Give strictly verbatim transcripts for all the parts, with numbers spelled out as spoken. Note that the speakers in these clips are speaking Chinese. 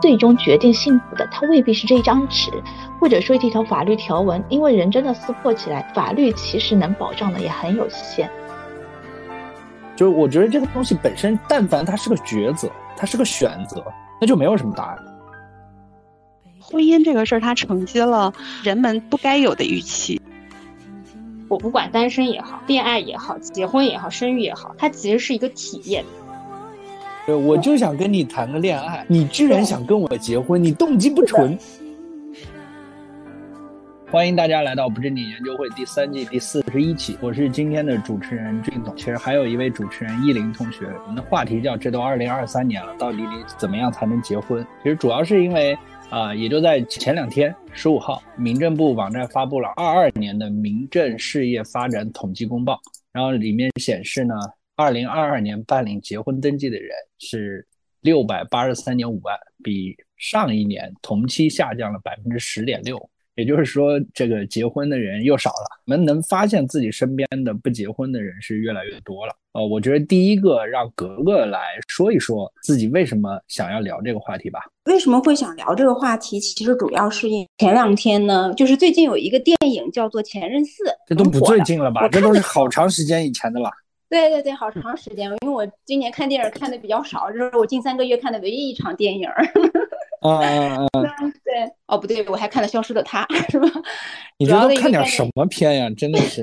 最终决定幸福的，它未必是这一张纸，或者说这条法律条文，因为人真的撕破起来，法律其实能保障的也很有限。 就是我觉得这个东西本身，但凡它是个抉择，它是个选择，那就没有什么答案。 婚姻这个事儿，它承接了人们不该有的预期。 我不管单身也好，恋爱也好，结婚也好，生育也好，它其实是一个体验。 对，我就想跟你谈个恋爱，你居然想跟我结婚，你动机不纯。欢迎大家来到不正经研究会第三季第四十一期，我是今天的主持人俊总，其实还有一位主持人依林同学。我们的话题叫这都二零二三年了，到底你怎么样才能结婚？其实主要是因为啊、呃，也就在前两天十五号，民政部网站发布了二二年的民政事业发展统计公报，然后里面显示呢，二零二二年办理结婚登记的人是六百八十三点五万，比上一年同期下降了百分之十点六。也就是说，这个结婚的人又少了，我们能发现自己身边的不结婚的人是越来越多了。呃，我觉得第一个让格格来说一说自己为什么想要聊这个话题吧。 为什么会想聊这个话题？其实主要是因前两天呢，就是最近有一个电影叫做《前任四》， 这都不最近了吧？这都是好长时间以前的了。 对对对，好长时间，因为我今年看电影看的比较少，这是我近三个月看的唯一一场电影。 啊啊啊！ 对，哦不对，我还看了《消失的她》，是吧？ 你这都看点什么片呀？真的是。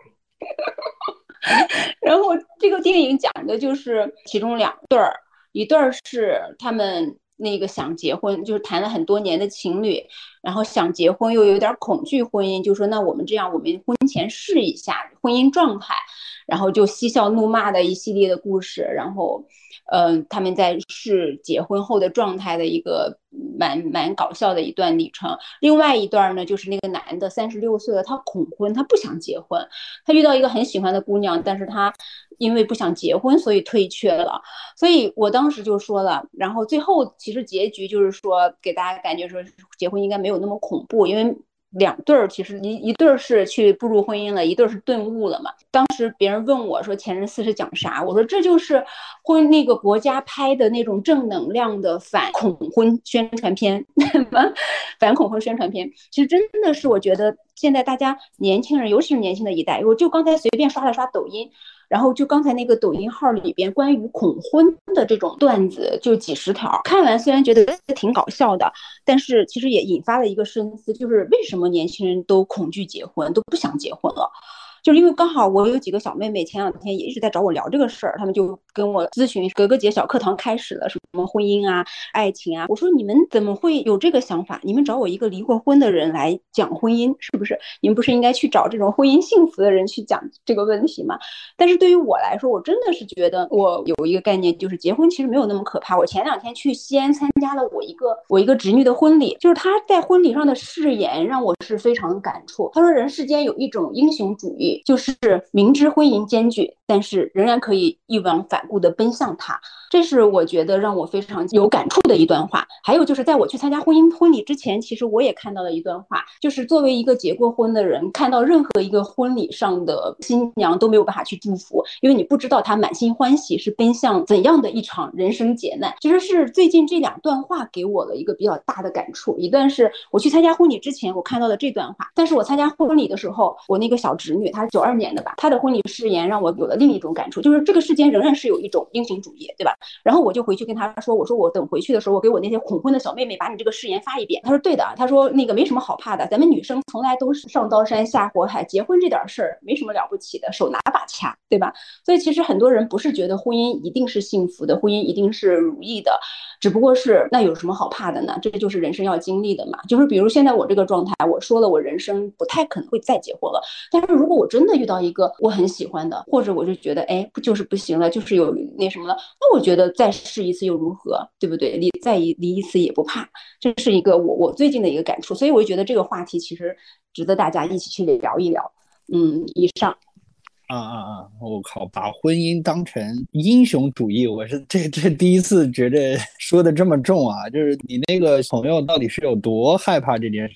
然后这个电影讲的就是其中两对儿，一对儿是他们那个想结婚，就是谈了很多年的情侣，然后想结婚又有点恐惧婚姻，就说那我们这样，我们婚前试一下婚姻状态，然后就嬉笑怒骂的一系列的故事，然后嗯、呃，他们在试结婚后的状态的一个蛮蛮搞笑的一段历程。另外一段呢，就是那个男的三十六岁了，他恐婚，他不想结婚，他遇到一个很喜欢的姑娘，但是他因为不想结婚，所以退却了。所以我当时就说了，然后最后其实结局就是说给大家感觉说结婚应该没有那么恐怖，因为两对儿其实一一对儿是去步入婚姻了，一对儿是顿悟了嘛。当时别人问我说前任四是讲啥，我说这就是婚那个国家拍的那种正能量的反恐婚宣传片反恐婚宣传片。其实真的是我觉得现在大家年轻人，尤其是年轻的一代，我就刚才随便刷了刷抖音，然后就刚才那个抖音号里边关于恐婚的这种段子就几十条，看完虽然觉得挺搞笑的，但是其实也引发了一个深思，就是为什么年轻人都恐惧结婚，都不想结婚了。就是因为刚好我有几个小妹妹前两天也一直在找我聊这个事儿，她们就跟我咨询格格姐小课堂开始了，什么婚姻啊爱情啊，我说你们怎么会有这个想法，你们找我一个离过婚的人来讲婚姻，是不是你们不是应该去找这种婚姻幸福的人去讲这个问题吗？但是对于我来说，我真的是觉得我有一个概念，就是结婚其实没有那么可怕。我前两天去西安参加了我一个我一个侄女的婚礼，就是她在婚礼上的誓言让我是非常感触。她说人世间有一种英雄主义，就是明知婚姻艰巨，但是仍然可以一往反顾地奔向它。这是我觉得让我非常有感触的一段话。还有就是在我去参加婚姻婚礼之前，其实我也看到了一段话，就是作为一个结过婚的人，看到任何一个婚礼上的新娘都没有办法去祝福，因为你不知道她满心欢喜是奔向怎样的一场人生劫难。其实是最近这两段话给我了一个比较大的感触，一段是我去参加婚礼之前我看到的这段话，但是我参加婚礼的时候，我那个小侄女她是九二年的吧，她的婚礼誓言让我有了另一种感触，就是这个世间仍然是有一种英雄主义，对吧？然后我就回去跟她说，我说我等回去的时候，我给我那些恐婚的小妹妹把你这个誓言发一遍。她说对的，她说那个没什么好怕的，咱们女生从来都是上刀山下火海，结婚这点事儿没什么了不起的，手拿把掐，对吧？所以其实很多人不是觉得婚姻一定是幸福的，婚姻一定是如意的，只不过是那有什么好怕的呢？这就是人生要经历的嘛。就是比如现在我这个状态，我说了我人生不太可能会再结婚了，但是如果我真的遇到一个我很喜欢的，或者我就觉得哎不就是不行了，就是有那什么了，那我觉得再试一次又如何，对不对？离再离一次也不怕，这是一个我我最近的一个感触。所以我觉得这个话题其实值得大家一起去聊一聊。嗯，以上。 啊啊啊！我靠，把婚姻当成英雄主义，我是这这第一次觉得说的这么重啊！就是你那个朋友到底是有多害怕这件事儿？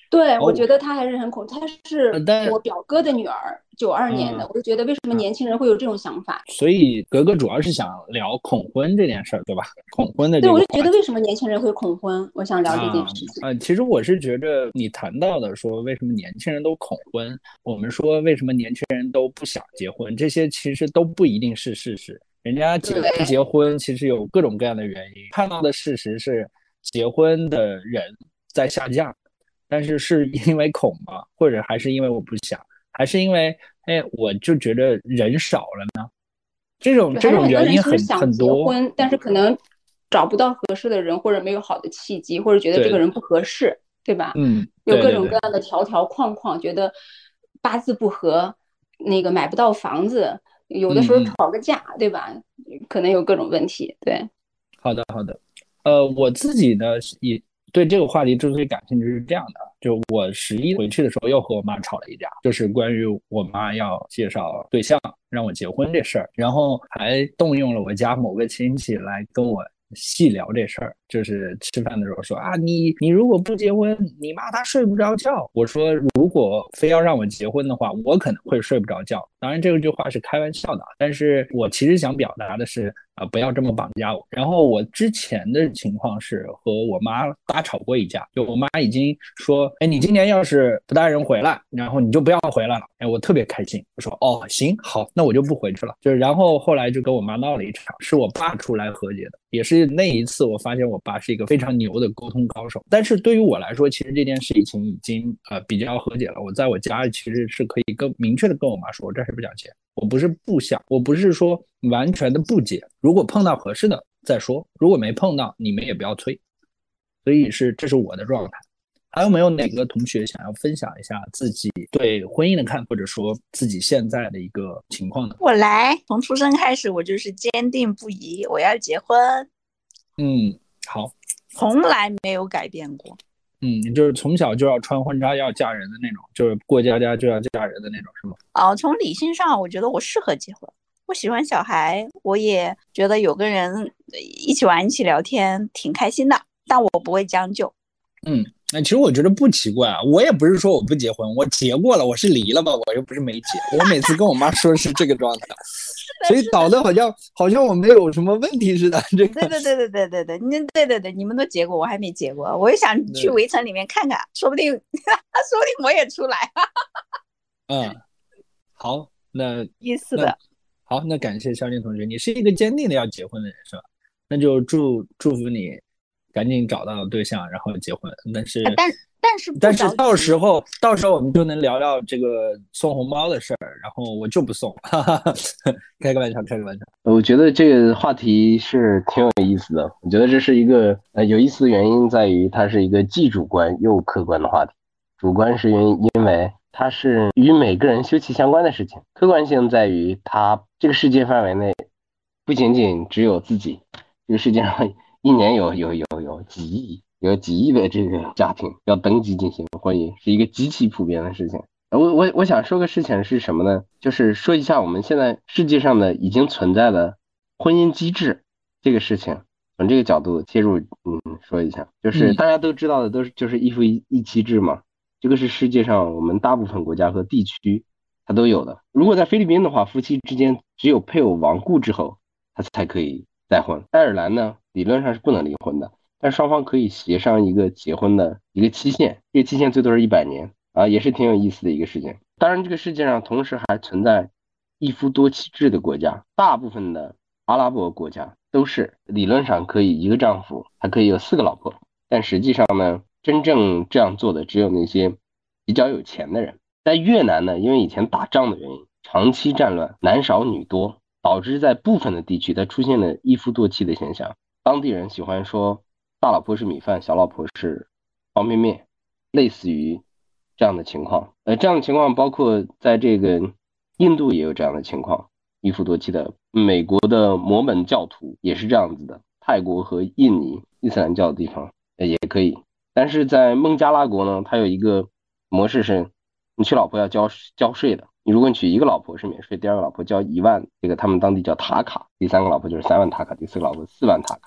对， 哦我觉得她还是很恐，她是呃但我表哥的女儿，九二年的， 嗯我就觉得为什么年轻人会有这种想法？ 所以格格主要是想聊恐婚这件事儿，对吧？恐婚的对， 这个我就觉话题得为什么年轻人会恐婚，我想聊这件啊事情。 啊，其实我是觉得你谈到的说为什么年轻人都恐婚，我们说为什么年轻人都不想结婚，这些其实都不一定是事实。人家结不对， 结婚其实有各种各样的原因，看到的事实是结婚的人在下降，但是是因为恐吗？或者还是因为我不想，还是因为哎我就觉得人少了呢？这种对， 这种还是很多人原因很其实想很多。 结婚，但是可能找不到合适的人，或者没有好的契机，或者觉得这个对， 人不合适，对吧？ 嗯， 有各对对对， 种各样的条条框框，觉得八字不合，那个买不到房子，有的时候嗯嗯。 吵个架，对吧？可能有各种问题，对。 好的，好的。呃，我自己呢也对这个话题之所以感兴趣是这样的，就我十一回去的时候又和我妈吵了一架，就是关于我妈要介绍对象让我结婚这事儿，然后还动用了我家某个亲戚来跟我细聊这事儿，就是吃饭的时候说啊，你你如果不结婚，你妈她睡不着觉。我说如果非要让我结婚的话，我可能会睡不着觉。当然这句话是开玩笑的，但是我其实想表达的是啊、呃，不要这么绑架我。然后我之前的情况是和我妈大吵过一架，就我妈已经说，哎，你今年要是不带人回来，然后你就不要回来了。哎，我特别开心，我说哦，行，好，那我就不回去了。就然后后来就跟我妈闹了一场，是我爸出来和解的，也是那一次我发现我爸是一个非常牛的沟通高手。但是对于我来说，其实这件事情已经呃比较和解了。我在我家里其实是可以更明确的跟我妈说，我这是不想结，我不是不想，我不是说完全的不结，如果碰到合适的再说，如果没碰到，你们也不要催。所以是这是我的状态。还有没有哪个同学想要分享一下自己对婚姻的看法，或者说自己现在的一个情况呢？ 我来，从出生开始，我就是坚定不移，我要结婚。 嗯，好， 从来没有改变过。 嗯，就是从小就要穿婚纱要嫁人的那种，就是过家家就要嫁人的那种，是吗？ 哦，从理性上，我觉得我适合结婚。我喜欢小孩，我也觉得有个人一起玩、一起聊天挺开心的，但我不会将就。 嗯，那其实我觉得不奇怪啊，我也不是说我不结婚，我结过了，我是离了吧，我又不是没结。我每次跟我妈说是这个状态，所以搞得好像好像我没有什么问题似的。这个对对对对对对对，你对对对，你们都结过，我还没结过，我也想去围城里面看看，说不定说不定我也出来。 嗯，好，那意思的。 好，那感谢肖静同学，你是一个坚定的要结婚的人是吧？那就祝祝福你赶紧找到对象，然后结婚。但是， 但但是但是到时候到时候我们就能聊聊这个送红包的事儿，然后我就不送，哈哈哈，开个玩笑，开个玩笑。 我觉得这个话题是挺有意思的。我觉得这是一个呃有意思的原因在于它是一个既主观又客观的话题。主观是因因为它是与每个人休戚相关的事情，客观性在于它这个世界范围内不仅仅只有自己，这个世界上一年有有有有几亿有几亿的这个家庭要登记进行婚姻，是一个极其普遍的事情。我我我想说个事情是什么呢？就是说一下我们现在世界上的已经存在的婚姻机制这个事情，从这个角度切入，嗯，说一下，就是大家都知道的都是就是一夫一一妻制嘛。这个是世界上我们大部分国家和地区它都有的。如果在菲律宾的话，夫妻之间只有配偶亡故之后，他才可以再婚。爱尔兰呢，理论上是不能离婚的，但双方可以协商一个结婚的一个期限，这个期限最多是一百年啊，也是挺有意思的一个事情。当然，这个世界上同时还存在一夫多妻制的国家，大部分的阿拉伯国家都是理论上可以一个丈夫还可以有四个老婆，但实际上呢，真正这样做的只有那些比较有钱的人。在越南呢，因为以前打仗的原因，长期战乱，男少女多，导致在部分的地区它出现了一夫多妻的现象。当地人喜欢说大老婆是米饭，小老婆是方便面，类似于这样的情况。呃，这样的情况包括在这个印度也有这样的情况，一夫多妻的。美国的摩门教徒也是这样子的，泰国和印尼伊斯兰教的地方也可以。但是在孟加拉国呢，它有一个模式是，你娶老婆要交交税的。你如果你娶一个老婆是免税，第二个老婆交一万，这个他们当地叫塔卡，第三个老婆就是三万塔卡，第四个老婆四万塔卡。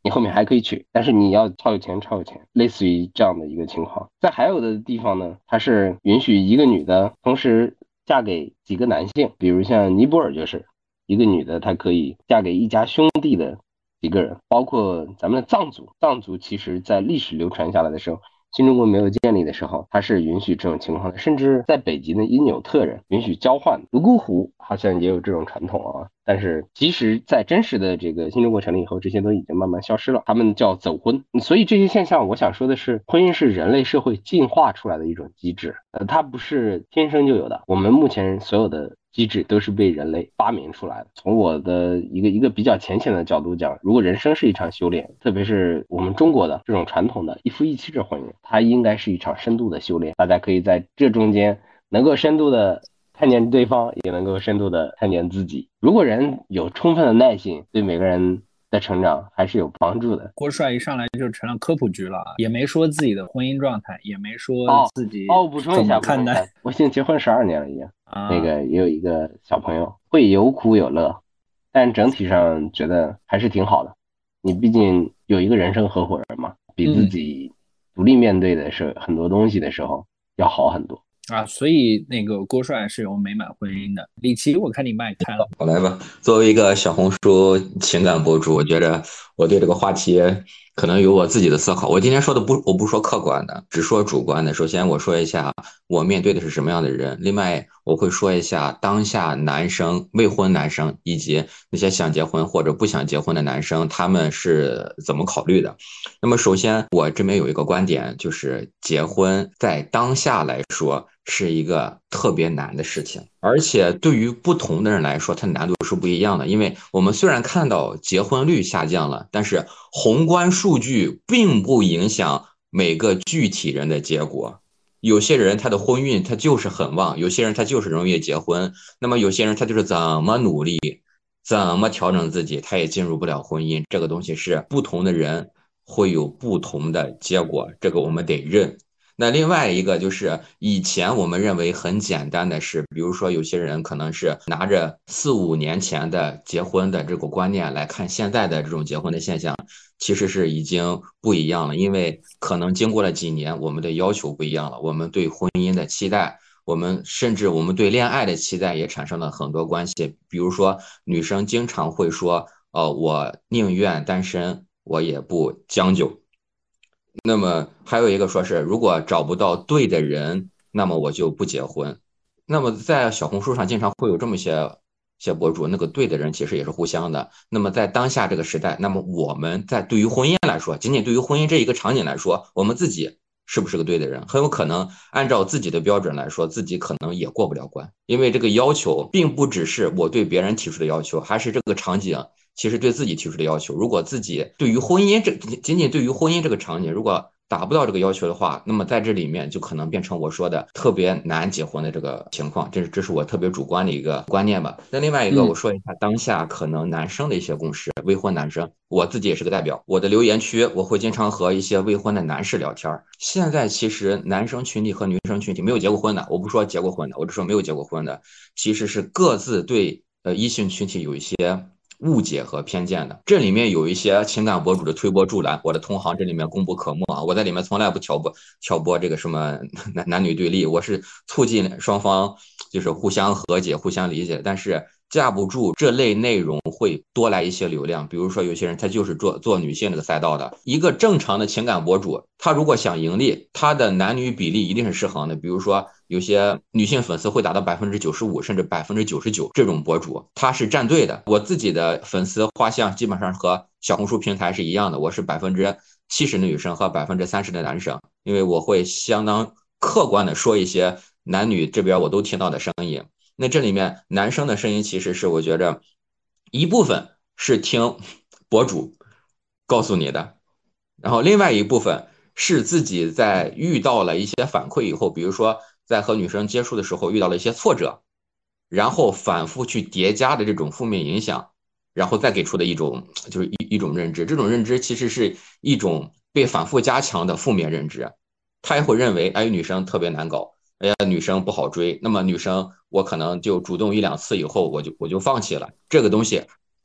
你后面还可以娶，但是你要超有钱超有钱，类似于这样的一个情况。在还有的地方呢，它是允许一个女的同时嫁给几个男性，比如像尼泊尔就是一个女的，她可以嫁给一家兄弟的几个人，包括咱们的藏族，藏族其实在历史流传下来的时候，新中国没有建立的时候，它是允许这种情况的，甚至在北极的因纽特人允许交换，泸沽湖好像也有这种传统啊。但是其实在真实的这个新中国成立以后，这些都已经慢慢消失了，他们叫走婚。所以这些现象我想说的是，婚姻是人类社会进化出来的一种机制，呃，它不是天生就有的，我们目前所有的机制都是被人类发明出来的。从我的一个一个比较浅显的角度讲，如果人生是一场修炼，特别是我们中国的这种传统的一夫一妻制婚姻，它应该是一场深度的修炼。大家可以在这中间能够深度的看见对方，也能够深度的看见自己。如果人有充分的耐心，对每个人的成长还是有帮助的。 郭帅一上来就成了科普局了，也没说自己的婚姻状态，也没说自己哦，补充一下， 看待。 我现在结婚十二年了，已经、 啊、 那个也有一个小朋友，会有苦有乐，但整体上觉得还是挺好的。你毕竟有一个人生合伙人嘛，比自己独立面对的是很多东西的时候要好很多。 啊，所以那个郭帅是有美满婚姻的。李琦，我看你麦开了， 我来吧。作为一个小红书情感博主，我觉得我对这个话题可能有我自己的思考。我今天说的不，我不说客观的，只说主观的。首先我说一下我面对的是什么样的人，另外我会说一下当下男生、未婚男生以及那些想结婚或者不想结婚的男生，他们是怎么考虑的。那么首先我这边有一个观点，就是结婚在当下来说是一个特别难的事情，而且对于不同的人来说，它难度是不一样的。因为我们虽然看到结婚率下降了，但是宏观数据并不影响每个具体人的结果。有些人他的婚运他就是很旺，有些人他就是容易结婚，那么有些人他就是怎么努力，怎么调整自己，他也进入不了婚姻。这个东西是不同的人会有不同的结果，这个我们得认。那另外一个就是以前我们认为很简单的事，比如说有些人可能是拿着四五年前的结婚的这个观念来看现在的这种结婚的现象，其实是已经不一样了。因为可能经过了几年，我们的要求不一样了，我们对婚姻的期待，我们甚至我们对恋爱的期待也产生了很多关系。比如说女生经常会说，呃，我宁愿单身，我也不将就。那么还有一个说是，如果找不到对的人，那么我就不结婚。那么在小红书上经常会有这么些些博主，那个对的人其实也是互相的。那么在当下这个时代，那么我们在对于婚姻来说，仅仅对于婚姻这一个场景来说，我们自己是不是个对的人，很有可能按照自己的标准来说，自己可能也过不了关。因为这个要求并不只是我对别人提出的要求，还是这个场景其实对自己提出的要求。如果自己对于婚姻这仅仅对于婚姻这个场景，如果达不到这个要求的话，那么在这里面就可能变成我说的特别难结婚的这个情况。这是这是我特别主观的一个观念吧。那另外一个，我说一下当下可能男生的一些共识，未婚男生，我自己也是个代表。我的留言区我会经常和一些未婚的男士聊天。现在其实男生群体和女生群体没有结过婚的，我不说结过婚的，我只说没有结过婚的，其实是各自对呃异性群体有一些误解和偏见的。这里面有一些情感博主的推波助澜，我的同行这里面功不可没啊！我在里面从来不挑拨挑拨这个什么男男女对立，我是促进双方就是互相和解、互相理解。但是架不住这类内容会多来一些流量，比如说有些人他就是做做女性这个赛道的。一个正常的情感博主，他如果想盈利，他的男女比例一定是失衡的。比如说有些女性粉丝会达到百分之九十五甚至百分之九十九，这种博主他是站队的。我自己的粉丝画像基本上和小红书平台是一样的，我是百分之七十的女生和百分之三十的男生，因为我会相当客观的说一些男女这边我都听到的声音。那这里面男生的声音其实是我觉着一部分是听博主告诉你的，然后另外一部分是自己在遇到了一些反馈以后，比如说在和女生接触的时候遇到了一些挫折，然后反复去叠加的这种负面影响，然后再给出的一种就是一一种认知。这种认知其实是一种被反复加强的负面认知，他也会认为哎女生特别难搞，哎呀女生不好追，那么女生我可能就主动一两次以后我就我就放弃了。这个东西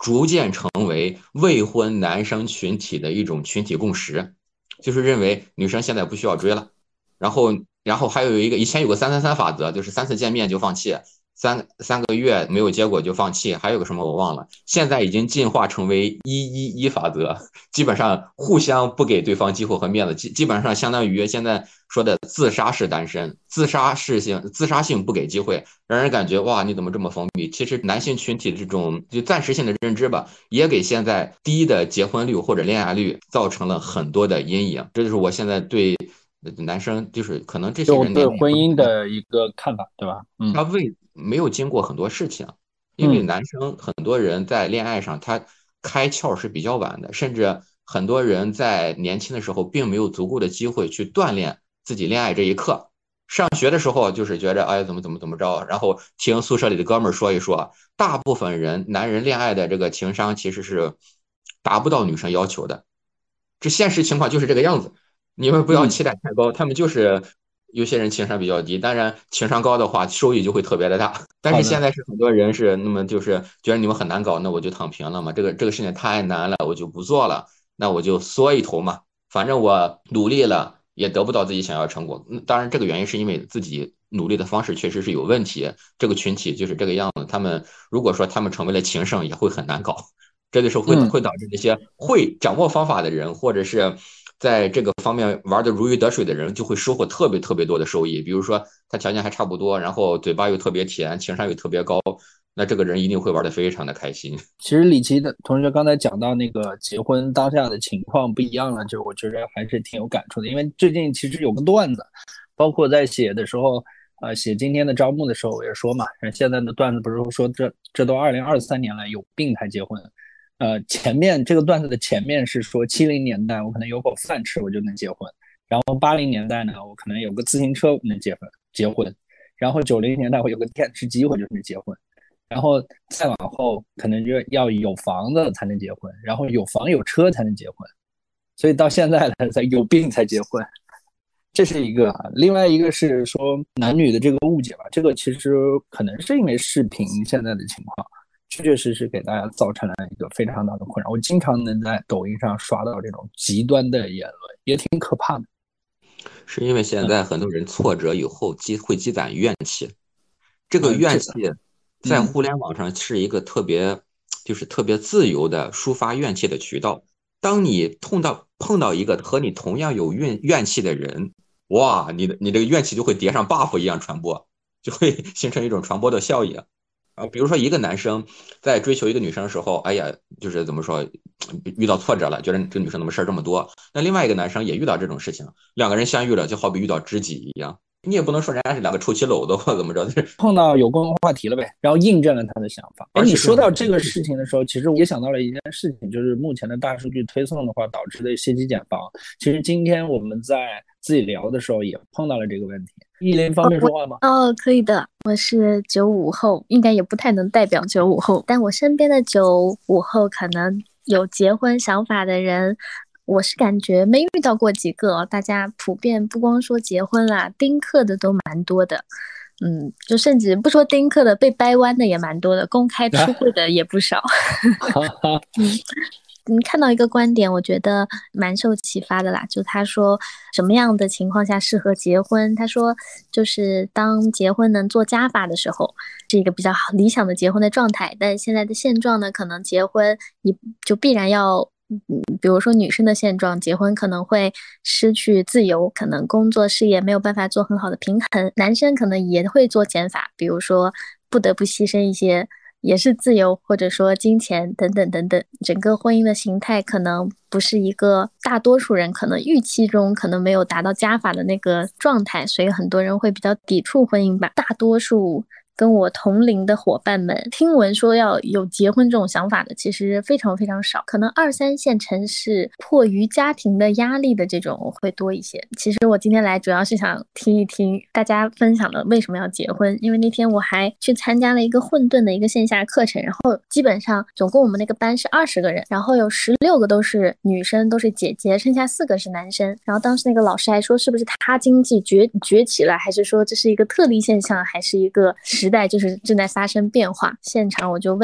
逐渐成为未婚男生群体的一种群体共识，就是认为女生现在不需要追了。然后，然后还有一个以前有个三三三法则，就是三次见面就放弃，三三个月没有结果就放弃，还有个什么我忘了。现在已经进化成为一一一法则，基本上互相不给对方机会和面子，基基本上相当于现在说的自杀式单身，自杀式性自杀性不给机会，让人感觉哇你怎么这么封闭？其实男性群体的这种就暂时性的认知吧，也给现在低的结婚率或者恋爱率造成了很多的阴影。这就是我现在对男生就是可能这些人对婚姻的一个看法，对吧？嗯， 他为没有经过很多事情，因为男生很多人在恋爱上他开窍是比较晚的，甚至很多人在年轻的时候并没有足够的机会去锻炼自己恋爱这一课。上学的时候就是觉着哎怎么怎么怎么着，然后听宿舍里的哥们儿说一说，大部分人男人恋爱的这个情商其实是达不到女生要求的，这现实情况就是这个样子。你们不要期待太高，他们就是有些人情商比较低，当然情商高的话收益就会特别的大。但是现在是很多人是那么就是觉得你们很难搞，那我就躺平了嘛，这个这个事情太难了，我就不做了，那我就缩一头嘛，反正我努力了也得不到自己想要的成果。当然这个原因是因为自己努力的方式确实是有问题，这个群体就是这个样子，他们如果说他们成为了情圣也会很难搞，这就是会会导致那些会掌握方法的人或者是在这个方面玩的如鱼得水的人就会收获特别特别多的收益。比如说他条件还差不多，然后嘴巴又特别甜，情商又特别高，那这个人一定会玩得非常的开心。 其实李琦的同学刚才讲到那个结婚当下的情况不一样了，就我觉得还是挺有感触的。因为最近其实有个段子，包括在写的时候呃，写今天的招募的时候我也说嘛，现在的段子不是说这这都二零二三年了，有病才结婚。呃，前面这个段子的前面是说七零年代我可能有口饭吃我就能结婚，然后八零年代呢我可能有个自行车我能结婚结婚，然后九零年代我有个电视机我就能结婚，然后再往后可能就要有房子才能结婚，然后有房有车才能结婚，所以到现在呢才有病才结婚，这是一个。另外一个是说男女的这个误解吧，这个其实可能是因为视频现在的情况确确实实给大家造成了一个非常大的困扰。我经常能在抖音上刷到这种极端的言论，也挺可怕的。 是因为现在很多人挫折以后积会积攒怨气，这个怨气在互联网上是一个特别就是特别自由的抒发怨气的渠道。当你碰到碰到一个和你同样有怨怨气的人，哇，你的你这个怨气就会叠上 buff 一样传播，就会形成一种传播的效应。啊，比如说一个男生在追求一个女生的时候，哎呀，就是怎么说，遇到挫折了，觉得这个女生怎么事儿这么多。那另外一个男生也遇到这种事情，两个人相遇了，就好比遇到知己一样。你也不能说人家是两个臭棋篓子或怎么着， 碰到有共同话题了呗，然后印证了他的想法。哎，你说到这个事情的时候，其实我也想到了一件事情，就是目前的大数据推送的话导致的信息茧房。其实今天我们在自己聊的时候也碰到了这个问题。依林方便说话吗？ 哦，哦可以的。我是九五后，应该也不太能代表九五后，但我身边的九五后可能有结婚想法的人，我是感觉没遇到过几个，大家普遍不光说结婚啦，丁克的都蛮多的。嗯，就甚至不说丁克的，被掰弯的也蛮多的，公开出柜的也不少。嗯，你看到一个观点，我觉得蛮受启发的啦，就他说什么样的情况下适合结婚，他说就是当结婚能做加法的时候，是一个比较好理想的结婚的状态，但现在的现状呢，可能结婚你就必然要嗯，比如说女生的现状，结婚可能会失去自由，可能工作事业没有办法做很好的平衡，男生可能也会做减法，比如说不得不牺牲一些也是自由或者说金钱等等等等，整个婚姻的形态可能不是一个大多数人可能预期中可能没有达到加法的那个状态，所以很多人会比较抵触婚姻吧。大多数跟我同龄的伙伴们听闻说要有结婚这种想法的其实非常非常少，可能二三线城市迫于家庭的压力的这种会多一些。其实我今天来主要是想听一听大家分享了为什么要结婚，因为那天我还去参加了一个混沌的一个线下课程，然后基本上总共我们那个班是二十个人，然后有十六个都是女生，都是姐姐，剩下四个是男生。然后当时那个老师还说是不是他经济崛崛起了，还是说这是一个特例现象，还是一个时代就是正在发生变化。现场我就问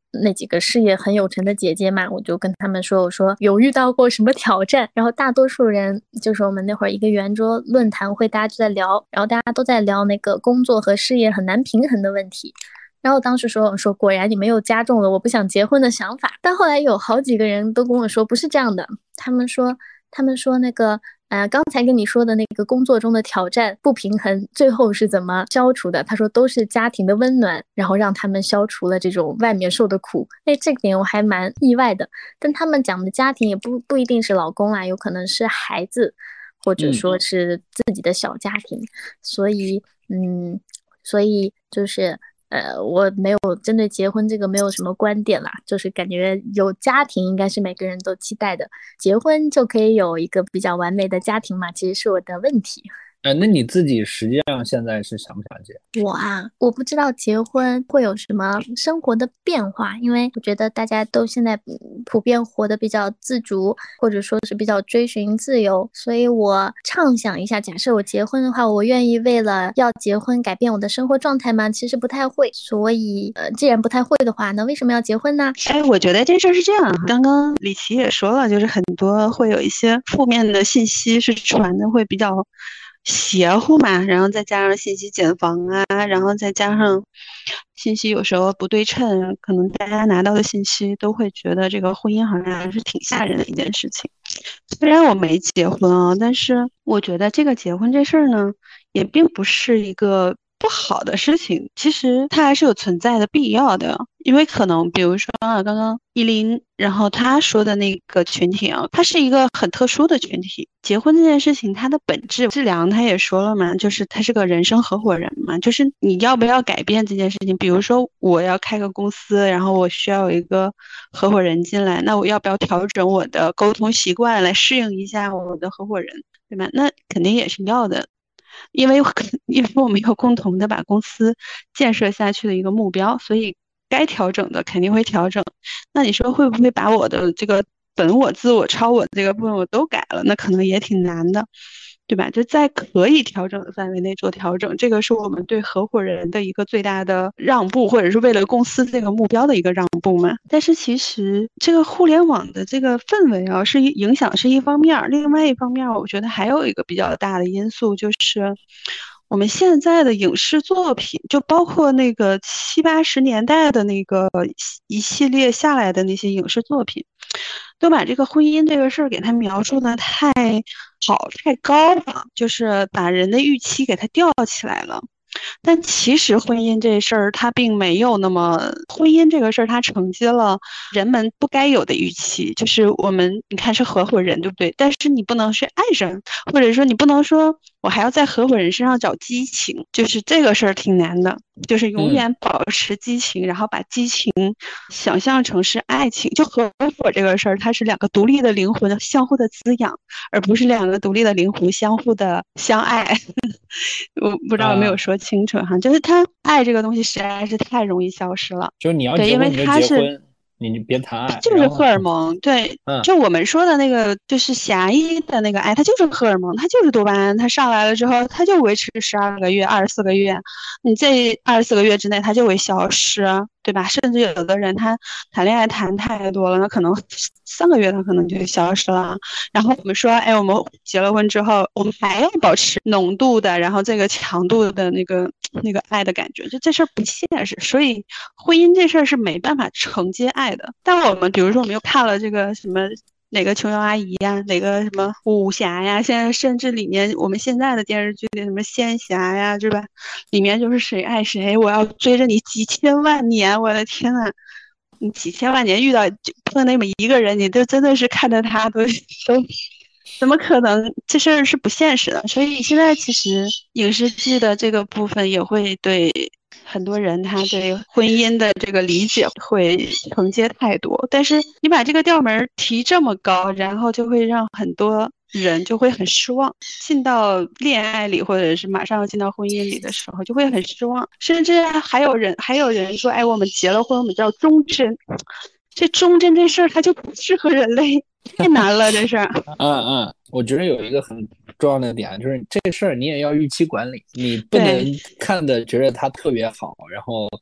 那几个事业很有成的姐姐嘛，我就跟他们说，我说有遇到过什么挑战，然后大多数人就是我们那会儿一个圆桌论坛会，大家就在聊，然后大家都在聊那个工作和事业很难平衡的问题。然后当时说说果然你们又加重了我不想结婚的想法，但后来有好几个人都跟我说不是这样的，他们说他们说那个呃，刚才跟你说的那个工作中的挑战不平衡最后是怎么消除的，他说都是家庭的温暖然后让他们消除了这种外面受的苦。哎，这个点我还蛮意外的，但他们讲的家庭也不不一定是老公啊，有可能是孩子或者说是自己的小家庭、嗯、所以嗯，所以就是呃，我没有针对结婚这个没有什么观点啦，就是感觉有家庭应该是每个人都期待的，结婚就可以有一个比较完美的家庭嘛，其实是我的问题。 呃，那你自己实际上现在是想不想结？ 我啊，我不知道结婚会有什么生活的变化，因为我觉得大家都现在普遍活得比较自主，或者说是比较追寻自由，所以我畅想一下，假设我结婚的话，我愿意为了要结婚改变我的生活状态吗？其实不太会，所以呃，既然不太会的话，那为什么要结婚呢？ 哎，我觉得这事儿是这样，刚刚李琦也说了，就是很多会有一些负面的信息是传的会比较邪乎嘛，然后再加上信息茧房啊，然后再加上信息有时候不对称，可能大家拿到的信息都会觉得这个婚姻好像还是挺吓人的一件事情。虽然我没结婚啊，但是我觉得这个结婚这事儿呢，也并不是一个不好的事情，其实它还是有存在的必要的。因为可能比如说啊，刚刚依林然后他说的那个群体啊，它是一个很特殊的群体。结婚这件事情它的本质，志良他也说了嘛，就是他是个人生合伙人嘛，就是你要不要改变这件事情。比如说我要开个公司，然后我需要有一个合伙人进来，那我要不要调整我的沟通习惯来适应一下我的合伙人，对吧？那肯定也是要的，因为因为我们有共同的把公司建设下去的一个目标，所以该调整的肯定会调整。那你说会不会把我的这个本我、自我、超我这个部分我都改了？那可能也挺难的，对吧？就在可以调整的范围内做调整，这个是我们对合伙人的一个最大的让步，或者是为了公司这个目标的一个让步嘛。但是其实这个互联网的这个氛围啊，是影响是一方面，另外一方面，我觉得还有一个比较大的因素就是。我们现在的影视作品，就包括那个七八十年代的那个一系列下来的那些影视作品，都把这个婚姻这个事儿给它描述的太好太高了，就是把人的预期给它吊起来了。但其实婚姻这事儿它并没有那么，婚姻这个事儿它承接了人们不该有的预期，就是我们你看是合伙人对不对？但是你不能是爱人，或者说你不能说我还要在合伙人身上找激情，就是这个事儿挺难的，就是永远保持激情、嗯、然后把激情想象成是爱情。就合伙这个事儿它是两个独立的灵魂相互的滋养，而不是两个独立的灵魂相互的相爱我不知道有没有说清楚哈、啊，就是他爱这个东西实在是太容易消失了。 就是你要结婚你就结婚，你别谈爱， 就是荷尔蒙。对、嗯，就我们说的那个，就是狭义的那个爱，它就是荷尔蒙，它就是多巴胺，它上来了之后，它就维持十二个月、二十四个月，你这二十四个月之内，它就会消失，对吧？甚至有的人他谈恋爱谈太多了，那可能三个月他可能就消失了。然后我们说，哎，我们结了婚之后，我们还要保持浓度的，然后这个强度的那个那个爱的感觉，就这事儿不现实。所以婚姻这事儿是没办法承接爱的。但我们比如说我们又看了这个什么哪个琼瑶阿姨呀，哪个什么武侠呀，现在甚至里面我们现在的电视剧里什么仙侠呀，是吧？里面就是谁爱谁，我要追着你几千万年，我的天呐，你几千万年遇到碰那么一个人，你都真的是看着他都都怎么可能？这事儿是不现实的。所以现在其实影视剧的这个部分也会对很多人他对婚姻的这个理解会承接太多，但是你把这个调门提这么高，然后就会让很多人就会很失望，进到恋爱里或者是马上要进到婚姻里的时候就会很失望，甚至还有人还有人说，哎，我们结了婚我们叫忠贞，这忠贞这事儿它就不适合人类，太难了这事儿。 嗯嗯，我觉得有一个很重要的点就是这个事儿你也要预期管理，你不能看的觉得它特别好，然后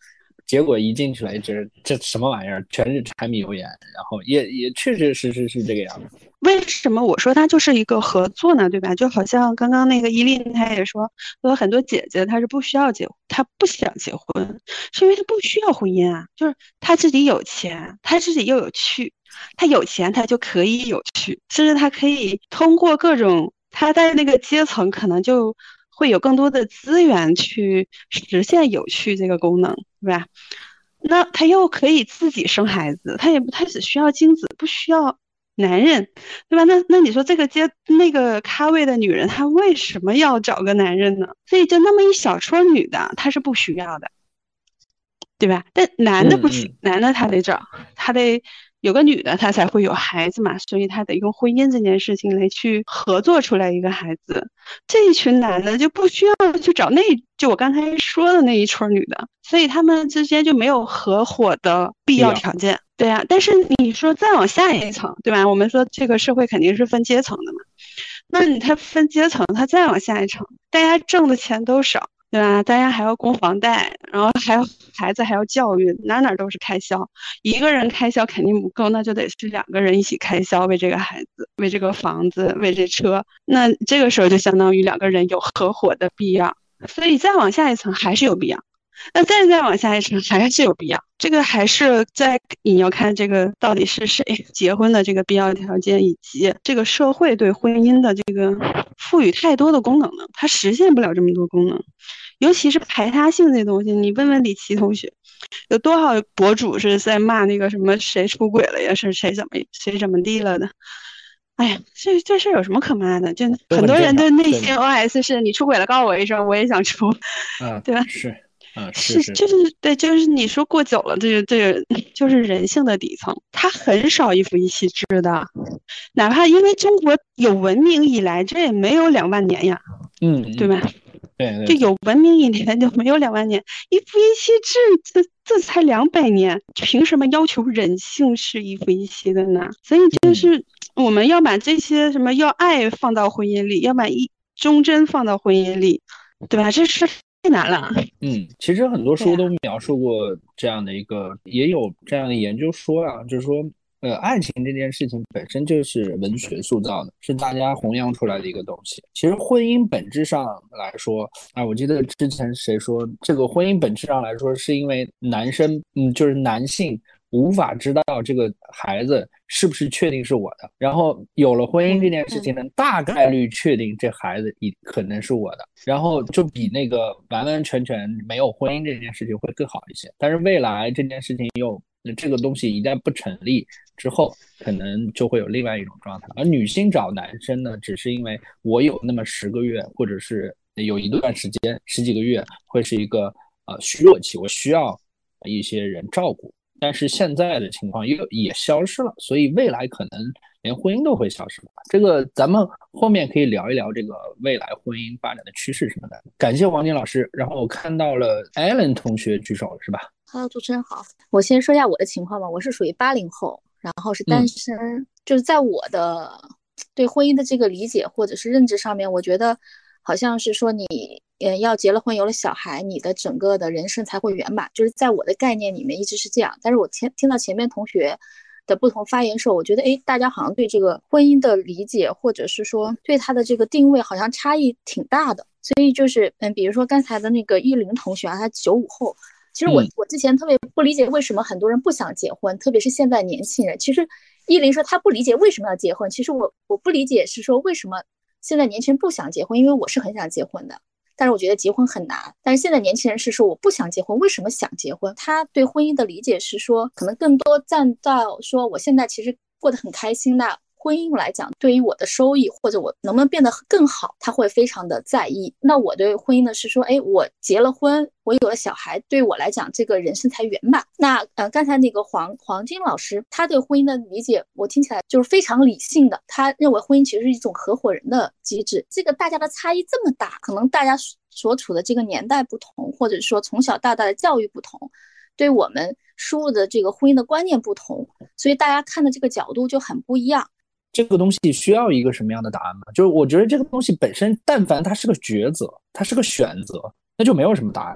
结果一进去了，这这什么玩意儿，全是柴米油盐，然后也也确确实实是这个样子。 为什么我说它就是一个合作呢？对吧？就好像刚刚那个依琳她也说，说很多姐姐她是不需要结，她不想结婚，是因为她不需要婚姻啊，就是她自己有钱，她自己又有趣，她有钱她就可以有趣，甚至她可以通过各种她在那个阶层可能就会有更多的资源去实现有趣这个功能，对吧？那她又可以自己生孩子，她也她只需要精子，不需要男人，对吧？那那你说这个阶那个咖位的女人，她为什么要找个男人呢？所以就那么一小撮女的，她是不需要的，对吧？但男的不行， 嗯嗯、 男的他得找，他得有个女的，他才会有孩子嘛，所以他得用婚姻这件事情来去合作出来一个孩子。这一群男的就不需要去找那，就我刚才说的那一撮女的，所以他们之间就没有合伙的必要条件。对啊，但是你说再往下一层，对吧？我们说这个社会肯定是分阶层的嘛，那你他分阶层，他再往下一层，大家挣的钱都少，对吧？大家还要供房贷，然后还要孩子还要教育，哪哪都是开销。一个人开销肯定不够，那就得是两个人一起开销，为这个孩子，为这个房子，为这车。那这个时候就相当于两个人有合伙的必要。所以再往下一层还是有必要。那再再往下一层还是有必要，这个还是在你要看这个到底是谁结婚的这个必要条件，以及这个社会对婚姻的这个赋予太多的功能了，它实现不了这么多功能。尤其是排他性这东西，你问问李琦同学，有多少博主是在骂那个什么谁出轨了呀，是谁怎么谁怎么地了的？哎呀，这这事有什么可骂的？就很多人的内心 O S 是你出轨了告诉我一声，我也想出， 嗯， 对吧？ 是。嗯，是是， 就是对，就是你说过久了，这个这个就是人性的底层，他很少一夫一妻制的，哪怕因为中国有文明以来，这也没有两万年呀， 嗯， 对吧？ 对， 就有文明以来就没有两万年，一夫一妻制这这才两百年，凭什么要求人性是一夫一妻的呢？所以就是我们要把这些什么要爱放到婚姻里，要把一忠贞放到婚姻里，对吧？这是。太难了。 嗯，其实很多书都描述过这样的一个，啊、也有这样的研究说啊，就是说，呃，爱情这件事情本身就是文学塑造的，是大家弘扬出来的一个东西。其实婚姻本质上来说，啊，我记得之前谁说，这个婚姻本质上来说，是因为男生，嗯，就是男性无法知道这个孩子是不是确定是我的，然后有了婚姻这件事情呢，大概率确定这孩子可能是我的，然后就比那个完完全全没有婚姻这件事情会更好一些。但是未来这件事情又这个东西一旦不成立之后，可能就会有另外一种状态。而女性找男生呢，只是因为我有那么十个月，或者是有一段时间十几个月会是一个呃虚弱期，我需要一些人照顾。但是现在的情况又也消失了，所以未来可能连婚姻都会消失了。这个咱们后面可以聊一聊这个未来婚姻发展的趋势什么的。感谢王晶老师，然后我看到了 Allen 同学举手了，是吧？ Hello， 主持人好，我先说一下我的情况吧。我是属于八零后，然后是单身，嗯、就是在我的对婚姻的这个理解或者是认知上面，我觉得好像是说你呃要结了婚有了小孩，你的整个的人生才会圆满，就是在我的概念里面一直是这样。但是我听听到前面同学的不同发言时候，我觉得诶大家好像对这个婚姻的理解或者是说对它的这个定位好像差异挺大的。所以就是嗯，比如说刚才的那个依林同学啊，他九五后，其实我我之前特别不理解为什么很多人不想结婚，特别是现在年轻人。其实依林说他不理解为什么要结婚，其实我我不理解是说为什么现在年轻人不想结婚，因为我是很想结婚的，但是我觉得结婚很难。但是现在年轻人是说我不想结婚，为什么想结婚？他对婚姻的理解是说可能更多站到说我现在其实过得很开心，那婚姻来讲对于我的收益或者我能不能变得更好，他会非常的在意。那我对婚姻呢是说，哎，我结了婚，我有了小孩，对我来讲这个人生才圆满。那呃，刚才那个黄黄金老师他对婚姻的理解我听起来就是非常理性的，他认为婚姻其实是一种合伙人的机制。这个大家的差异这么大，可能大家所处的这个年代不同，或者说从小到大的教育不同，对我们输入的这个婚姻的观念不同，所以大家看的这个角度就很不一样。 这个东西需要一个什么样的答案吗？就是我觉得这个东西本身，但凡它是个抉择，它是个选择，那就没有什么答案。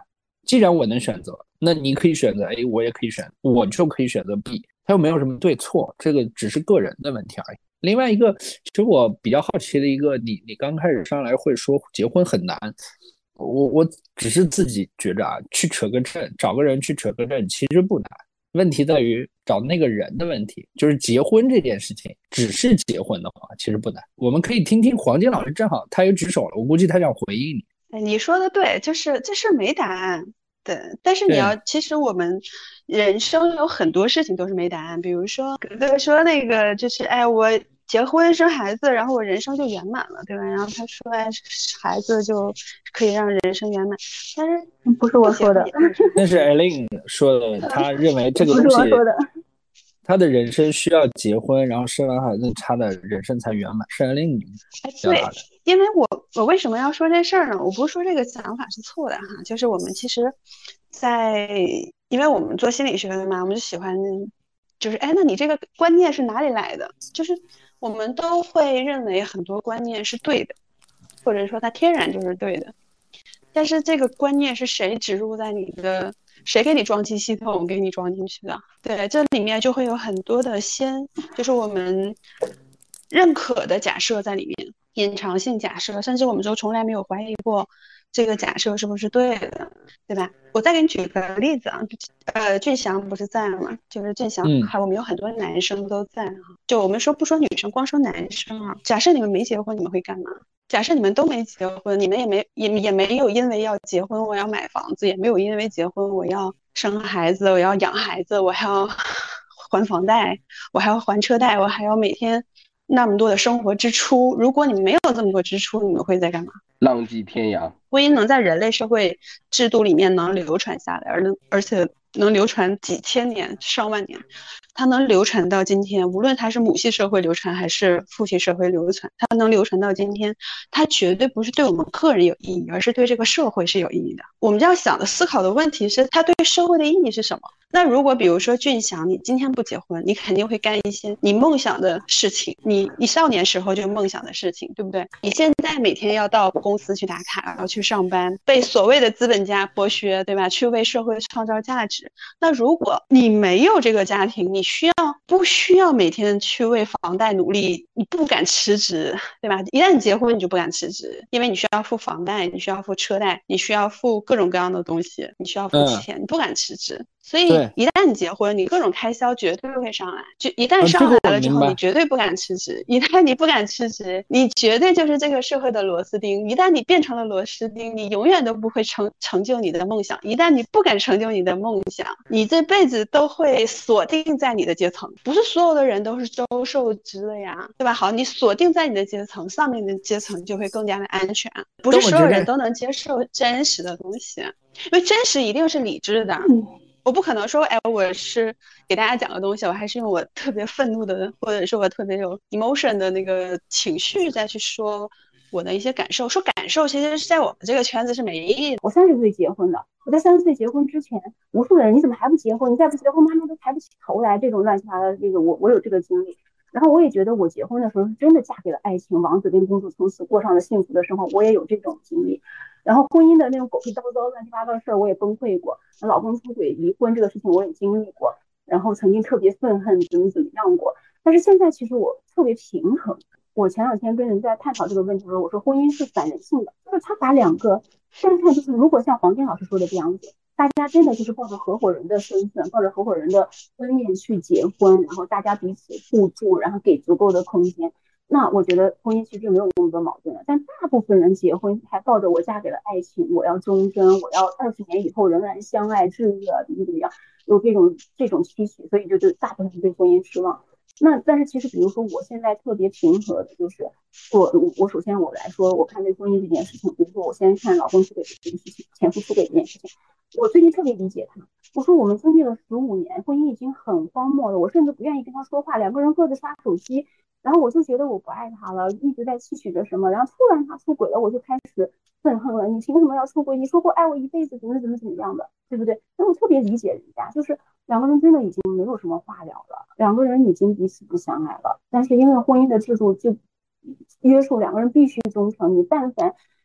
既然我能选择，那你可以选择 A， 我也可以选，我就可以选择 B， 它又没有什么对错，这个只是个人的问题而已。另外一个，其实我比较好奇的一个，你你刚开始上来会说结婚很难，我我只是自己觉着啊，去扯个证，找个人去扯个证，其实不难。问题在于找那个人的问题，就是结婚这件事情，只是结婚的话，其实不难。我们可以听听黄金老师，正好他也举手了，我估计他想回应你。 哎，你说的对，就是这事没答案。对，但是你要，其实我们人生有很多事情都是没答案。比如说，哥哥说那个就是，哎，我结婚生孩子，然后我人生就圆满了，对吧？然后他说，哎，孩子就可以让人生圆满，但是不是我说的， 那是 Eileen 说的，他认为这个东西， 不是我说的， 他的人生需要结婚，然后生完孩子，他的人生才圆满，是 Eileen 表达的。 因为我我为什么要说这事儿呢？我不是说这个想法是错的哈，就是我们其实在，因为我们做心理学的嘛，我们就喜欢，就是哎，那你这个观念是哪里来的？就是我们都会认为很多观念是对的，或者说它天然就是对的，但是这个观念是谁植入在你的，谁给你装机系统给你装进去的？对，这里面就会有很多的先，就是我们认可的假设在里面。隐藏性假设，甚至我们都从来没有怀疑过这个假设是不是对的，对吧？我再给你举个例子啊，呃，俊祥不是在吗？就是俊祥， 嗯， 还我们有很多男生都在啊。就我们说不说女生，光说男生啊。假设你们没结婚，你们会干嘛？假设你们都没结婚，你们也没也也没有因为要结婚我要买房子，也没有因为结婚我要生孩子，我要养孩子，我还要还房贷，我还要还车贷，我还要每天那么多的生活支出。如果你们没有这么多支出，你们会在干嘛？ 浪迹天涯。 婚姻能在人类社会制度里面能流传下来，而能而且能流传几千年、上万年，它能流传到今天，无论它是母系社会流传还是父系社会流传，它能流传到今天，它绝对不是对我们个人有意义，而是对这个社会是有意义的。我们要想的思考的问题是，它对社会的意义是什么？那如果比如说俊祥，你今天不结婚，你肯定会干一些你梦想的事情，你你少年时候就梦想的事情，对不对？你现在每天要到公司去打卡，要去上班，被所谓的资本家剥削，对吧？去为社会创造价值。那如果你没有这个家庭，你需要不需要每天去为房贷努力？你不敢辞职，对吧？一旦你结婚，你就不敢辞职，因为你需要付房贷，你需要付车贷，你需要付各种各样的东西，你需要付钱，嗯、你不敢辞职。所以一旦你结婚，你各种开销绝对会上来，就一旦上来了之后，你绝对不敢辞职。一旦你不敢辞职，你绝对就是这个社会的螺丝钉。一旦你变成了螺丝钉，你永远都不会成成就你的梦想。一旦你不敢成就你的梦想，你这辈子都会锁定在你的阶层。不是所有的人都是周受之的呀，对吧？好，你锁定在你的阶层，上面的阶层就会更加的安全。不是所有人都能接受真实的东西，因为真实一定是理智的。嗯，我不可能说，哎，我是给大家讲个东西，我还是用我特别愤怒的，或者是我特别有 emotion 的那个情绪再去说我的一些感受。说感受其实是在我们这个圈子是没意义的。 我三十岁结婚的，我在三十岁结婚之前，无数的人你怎么还不结婚？你再不结婚，妈妈都抬不起头来。这种乱七八糟的这个，我我有这个经历。然后我也觉得我结婚的时候是真的嫁给了爱情，王子跟公主从此过上了幸福的生活，我也有这种经历。然后婚姻的那种狗屁叨叨乱七八糟的事儿我也崩溃过，老公出轨离婚这个事情我也经历过，然后曾经特别愤恨怎么怎么样过。但是现在其实我特别平衡。我前两天跟人在探讨这个问题的时候，我说婚姻是反人性的，就是他把两个单看，就是如果像黄金老师说的这样子，大家真的就是抱着合伙人的身份，抱着合伙人的观念去结婚，然后大家彼此互助，然后给足够的空间，那我觉得婚姻其实没有那么多矛盾了。但大部分人结婚还抱着我嫁给了爱情，我要忠贞，我要二十年以后仍然相爱炙热，怎么怎么样，有这种这种期许，所以就对大部分人对婚姻失望。那但是其实比如说我现在特别平和的就是我我首先我来说，我看对婚姻这件事情，比如说我先看老公出轨这件事情，前夫出轨这件事情，我最近特别理解他。我说我们经历了十五年，婚姻已经很荒漠了，我甚至不愿意跟他说话，两个人各自刷手机，然后我就觉得我不爱他了，一直在期许着什么，然后突然他出轨了，我就开始愤恨了。你凭什么要出轨？你说过爱我一辈子，怎么怎么怎么样的，对不对？那我特别理解人家，就是两个人真的已经没有什么话聊了，两个人已经彼此不相爱了，但是因为婚姻的制度就约束两个人必须忠诚，你但凡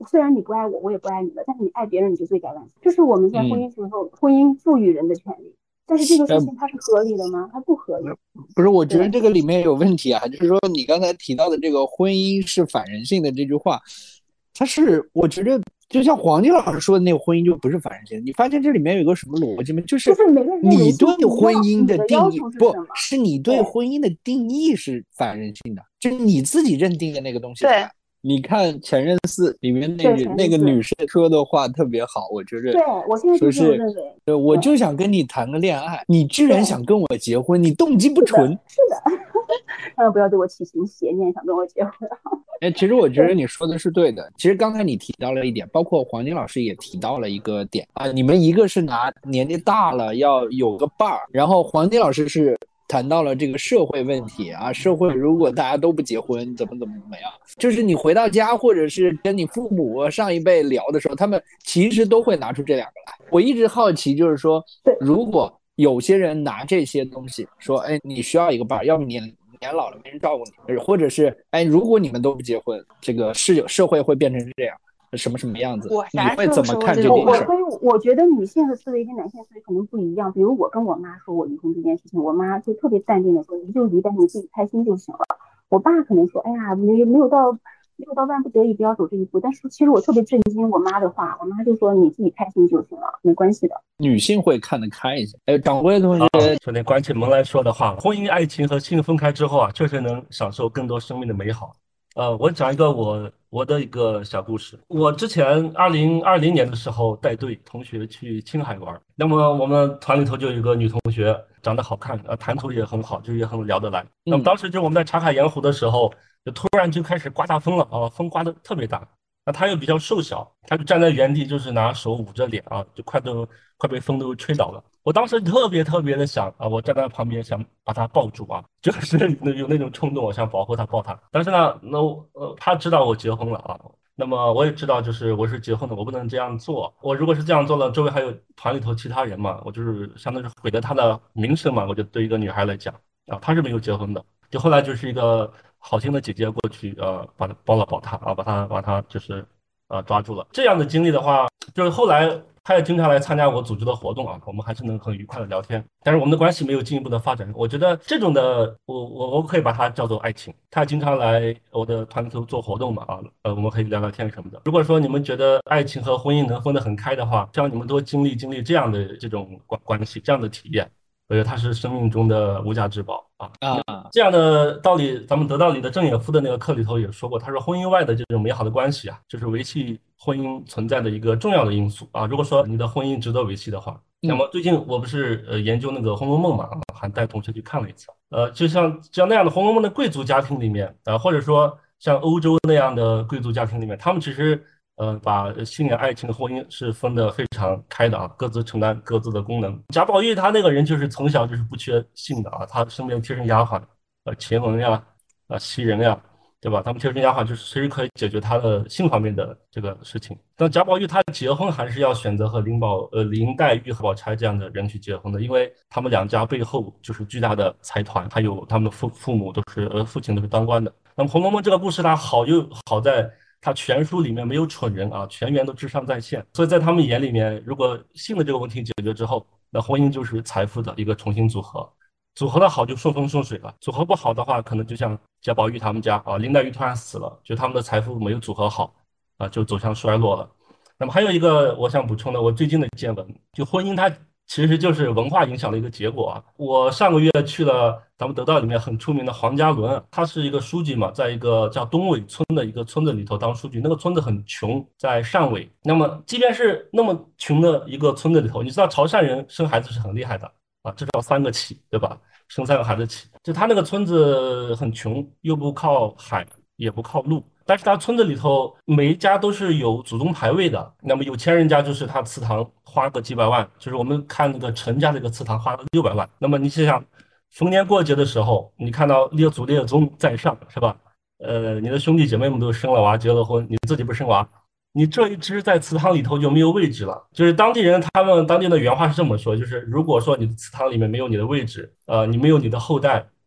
虽然你不爱我，我也不爱你了，但是你爱别人你就罪该万死。这是我们在婚姻时候、嗯、婚姻赋予人的权利。但是这个事情它是合理的吗？它不合理。 不是，我觉得这个里面有问题啊，就是说你刚才提到的这个婚姻是反人性的这句话，它是我觉得就像黄金老师说的那个婚姻就不是反人性。你发现这里面有一个什么逻辑吗？就是你对婚姻的定义不是你对婚姻的定义是反人性的，就是你自己认定的那个东西。 对。 你看《前任四》里面那个那个女生说的话特别好，我觉得对我现在就这么认为。 对，我就想跟你谈个恋爱，你居然想跟我结婚，你动机不纯。 是的，千万不要对我起心邪念，想跟我结婚。 哎，其实我觉得你说的是对的。其实刚才你提到了一点，包括黄金老师也提到了一个点啊，你们一个是拿年纪大了要有个伴儿，然后黄金老师是谈到了这个社会问题啊，社会如果大家都不结婚，怎么怎么怎么样？就是你回到家，或者是跟你父母上一辈聊的时候，他们其实都会拿出这两个来。我一直好奇，就是说，如果有些人拿这些东西说，哎，你需要一个伴，要不你年老了没人照顾你，或者是，哎，如果你们都不结婚，这个是社会会变成这样。什么什么样子？你会怎么看这件事？ 所以我觉得女性的思维跟男性思维可能不一样。比如我跟我妈说我离婚这件事情，我妈就特别淡定的说，离就离，但是你自己开心就行了。我爸可能说，哎呀，没没有到没有到万不得已不要走这一步。但是其实我特别震惊我妈的话，我妈就说你自己开心就行了，没关系的。 女性会看得开一些。哎，掌柜同学， 昨天关起门来说的话，婚姻、爱情和性分开之后啊，确实能享受更多生命的美好。呃，我讲一个我我的一个小故事。我之前二零二零年的时候带队同学去青海玩，那么我们团里头就有一个女同学，长得好看，呃，谈吐也很好，就也很聊得来。那么当时就我们在茶卡盐湖的时候，就突然就开始刮大风了啊，风刮得特别大。那她又比较瘦小，她就站在原地，就是拿手捂着脸啊，就快都快被风都吹倒了。我当时特别特别的想啊，我站在旁边想把她抱住啊，就是有那种冲动，我想保护她抱她。但是呢，那呃，她知道我结婚了啊，那么我也知道就是我是结婚的，我不能这样做。我如果是这样做了，周围还有团里头其他人嘛，我就是相当于是毁了她的名声嘛。我就对一个女孩来讲啊，她是没有结婚的。就后来就是一个好心的姐姐过去，呃，把她抱了抱她啊，把她把她就是呃抓住了。这样的经历的话，就是后来她也经常来参加我组织的活动啊，我们还是能很愉快的聊天。但是我们的关系没有进一步的发展。我觉得这种的，我我我可以把它叫做爱情。她经常来我的团里头做活动嘛啊，呃，我们可以聊聊天什么的。如果说你们觉得爱情和婚姻能分得很开的话，希望你们多经历经历这样的这种关关系，这样的体验。我觉得它是生命中的无价之宝啊！啊，这样的道理，咱们得道里的郑也夫的那个课里头也说过，他说婚姻外的这种美好的关系啊，就是维系婚姻存在的一个重要的因素啊。如果说你的婚姻值得维系的话，那么最近我不是呃研究那个《红楼梦》嘛，还带同学去看了一次。呃，就像像那样的《红楼梦》的贵族家庭里面啊，或者说像欧洲那样的贵族家庭里面，他们其实。呃，把信仰、爱情和婚姻是分得非常开的啊，各自承担各自的功能。贾宝玉他那个人就是从小就是不缺性的啊，他身边贴身丫鬟，呃，晴雯呀，啊，袭人呀，对吧？他们贴身丫鬟就是随时可以解决他的性方面的这个事情。但贾宝玉他结婚还是要选择和林宝呃林黛玉和宝钗这样的人去结婚的，因为他们两家背后就是巨大的财团，还有他们的父父母都是呃父亲都是当官的。那么《红楼梦》这个故事它好就好在。他全书里面没有蠢人啊，全员都智商在线，所以在他们眼里面，如果性的这个问题解决之后，那婚姻就是财富的一个重新组合，组合的好就顺风顺水了，组合不好的话，可能就像贾宝玉他们家啊，林黛玉突然死了，就他们的财富没有组合好啊，就走向衰落了。那么还有一个我想补充的，我最近的见闻，就婚姻它其实就是文化影响的一个结果啊。我上个月去了咱们得道里面很出名的黄家仑，他是一个书记嘛，在一个叫东尾村的一个村子里头当书记。那个村子很穷，在汕尾。那么即便是那么穷的一个村子里头，你知道潮汕人生孩子是很厉害的啊，至少三个起，对吧？生三个孩子起。就他那个村子很穷，又不靠海，也不靠路。但是他村子里头每一家都是有祖宗牌位的，那么有钱人家就是他祠堂花个几百万，就是我们看那个陈家这个祠堂花了六百万。那么你想想，逢年过节的时候，你看到列祖列宗在上，是吧？呃，你的兄弟姐妹们都生了娃结了婚，你自己不生娃，你这一支在祠堂里头就没有位置了。就是当地人他们当地的原话是这么说，就是如果说你的祠堂里面没有你的位置，呃，你没有你的后代。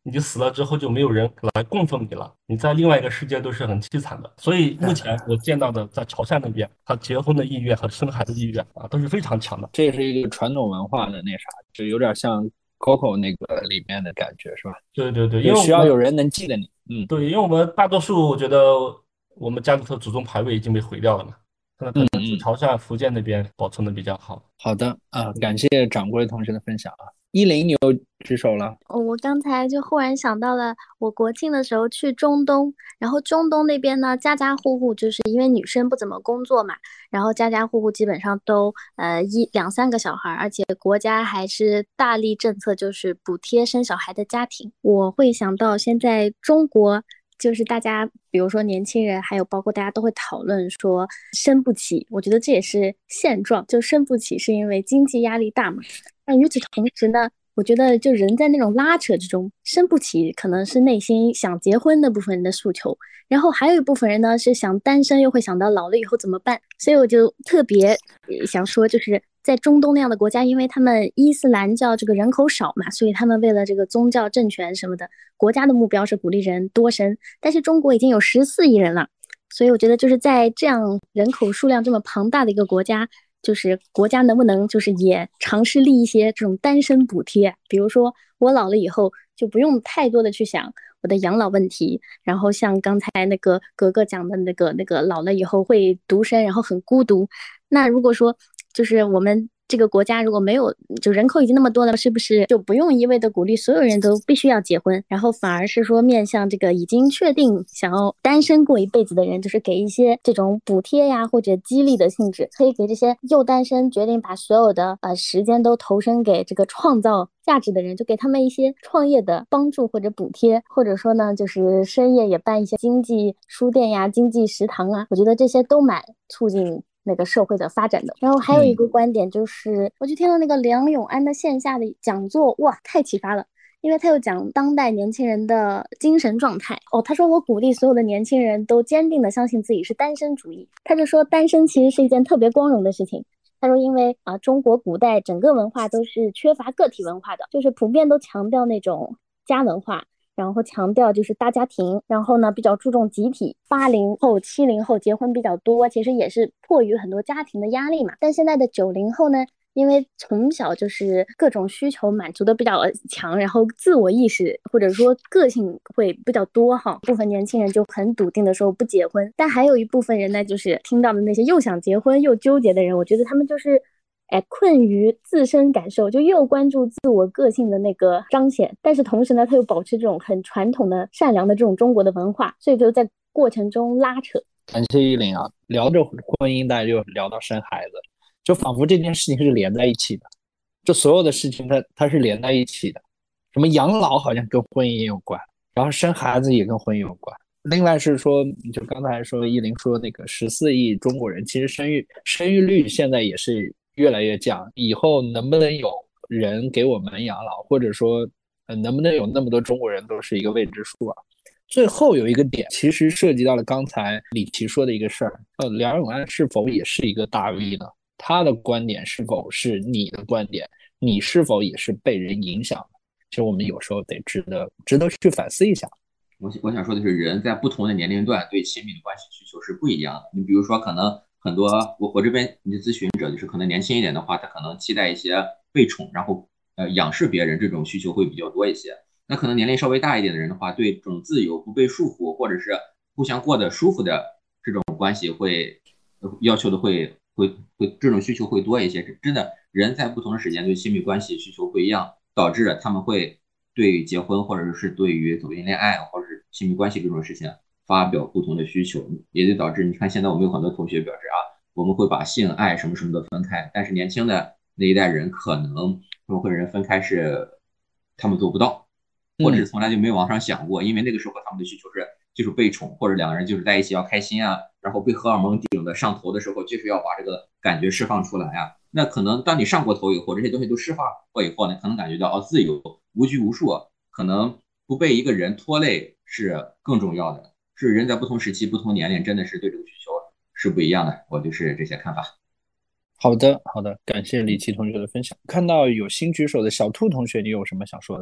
你死了之后就没有人来供奉你了，你在另外一个世界都是很凄惨的。所以目前我见到的在潮汕那边，他结婚的意愿和生孩子的意愿啊都是非常强的。 这也是一个传统文化的那啥，就有点像 Coco 那个里面的感觉，是吧？ 对对对，因为需要有人能记得你。嗯， 对，因为我们大多数我觉得我们家里头祖宗牌位已经被毁掉了嘛，可能可能是潮汕、福建那边保存的比较好。 好的啊，感谢掌柜同学的分享啊。依林，你有举手了？ 哦，我刚才就忽然想到了，我国庆的时候去中东，然后中东那边呢，家家户户就是因为女生不怎么工作嘛，然后家家户户基本上都呃一两三个小孩，而且国家还是大力政策，就是补贴生小孩的家庭。我会想到现在中国。就是大家，比如说年轻人，还有包括大家都会讨论说生不起，我觉得这也是现状，就生不起是因为经济压力大嘛。但与此同时呢，我觉得就人在那种拉扯之中，生不起可能是内心想结婚那部分人的诉求，然后还有一部分人呢是想单身，又会想到老了以后怎么办，所以我就特别想说，就是在中东那样的国家，因为他们伊斯兰教这个人口少嘛，所以他们为了这个宗教政权什么的，国家的目标是鼓励人多生，但是中国已经有十四亿人了，所以我觉得就是在这样人口数量这么庞大的一个国家，就是国家能不能就是也尝试立一些这种单身补贴，比如说我老了以后就不用太多的去想我的养老问题，然后像刚才那个格格讲的那个那个老了以后会独身，然后很孤独，那如果说就是我们这个国家如果没有就人口已经那么多了，是不是就不用一味的鼓励所有人都必须要结婚，然后反而是说面向这个已经确定想要单身过一辈子的人，就是给一些这种补贴呀或者激励的性质，可以给这些又单身决定把所有的呃时间都投身给这个创造价值的人，就给他们一些创业的帮助或者补贴，或者说呢就是深夜也办一些经济书店呀经济食堂啊，我觉得这些都蛮促进那个社会的发展的。然后还有一个观点就是、嗯、我去听了那个梁永安的线下的讲座，哇太启发了，因为他有讲当代年轻人的精神状态哦。他说我鼓励所有的年轻人都坚定的相信自己是单身主义，他就说单身其实是一件特别光荣的事情。他说因为啊中国古代整个文化都是缺乏个体文化的，就是普遍都强调那种家文化，然后强调就是大家庭，然后呢比较注重集体，八零后七零后结婚比较多，其实也是迫于很多家庭的压力嘛。但现在的九零后呢，因为从小就是各种需求满足的比较强，然后自我意识或者说个性会比较多哈，部分年轻人就很笃定的说不结婚。但还有一部分人呢，就是听到的那些又想结婚又纠结的人，我觉得他们就是哎，困于自身感受，就又关注自我个性的那个彰显，但是同时呢，他又保持这种很传统的善良的这种中国的文化，所以就在过程中拉扯。 感谢依林啊，聊着婚姻，大家就聊到生孩子，就仿佛这件事情是连在一起的，就所有的事情它它是连在一起的，什么养老好像跟婚姻有关，然后生孩子也跟婚姻有关。另外是说，就刚才说依林说那个十四亿中国人，其实生育生育率现在也是越来越降，以后能不能有人给我们养老，或者说、呃、能不能有那么多中国人都是一个未知数啊。最后有一个点其实涉及到了刚才李琦说的一个事儿，呃，梁永安是否也是一个大 V 呢？他的观点是否是你的观点？你是否也是被人影响的？其实我们有时候得值得值得去反思一下。 我我想说的是，人在不同的年龄段对亲密的关系需求是不一样的。你比如说，可能很多我我这边你的咨询者就是可能年轻一点的话，他可能期待一些被宠，然后呃仰视别人这种需求会比较多一些。那可能年龄稍微大一点的人的话，对这种自由不被束缚，或者是互相过得舒服的这种关系会要求的会会会这种需求会多一些。真的，人在不同的时间对亲密关系需求不一样，导致他们会对于结婚或者是对于走进恋爱或者是亲密关系这种事情发表不同的需求，也就导致你看现在我们有很多同学表示啊，我们会把性爱什么什么的分开，但是年轻的那一代人可能他们会人分开是他们做不到，或者是从来就没有往上想过，因为那个时候他们的需求是就是被宠，或者两个人就是在一起要开心啊，然后被荷尔蒙顶的上头的时候，就是要把这个感觉释放出来啊。那可能当你上过头以后，这些东西都释放过以后呢，可能感觉到哦自由无拘无束，可能不被一个人拖累是更重要的。是人在不同时期、不同年龄，真的是对这个需求是不一样的。我就是这些看法。 好的，好的，感谢李琦同学的分享。看到有新举手的小兔同学，你有什么想说的吗？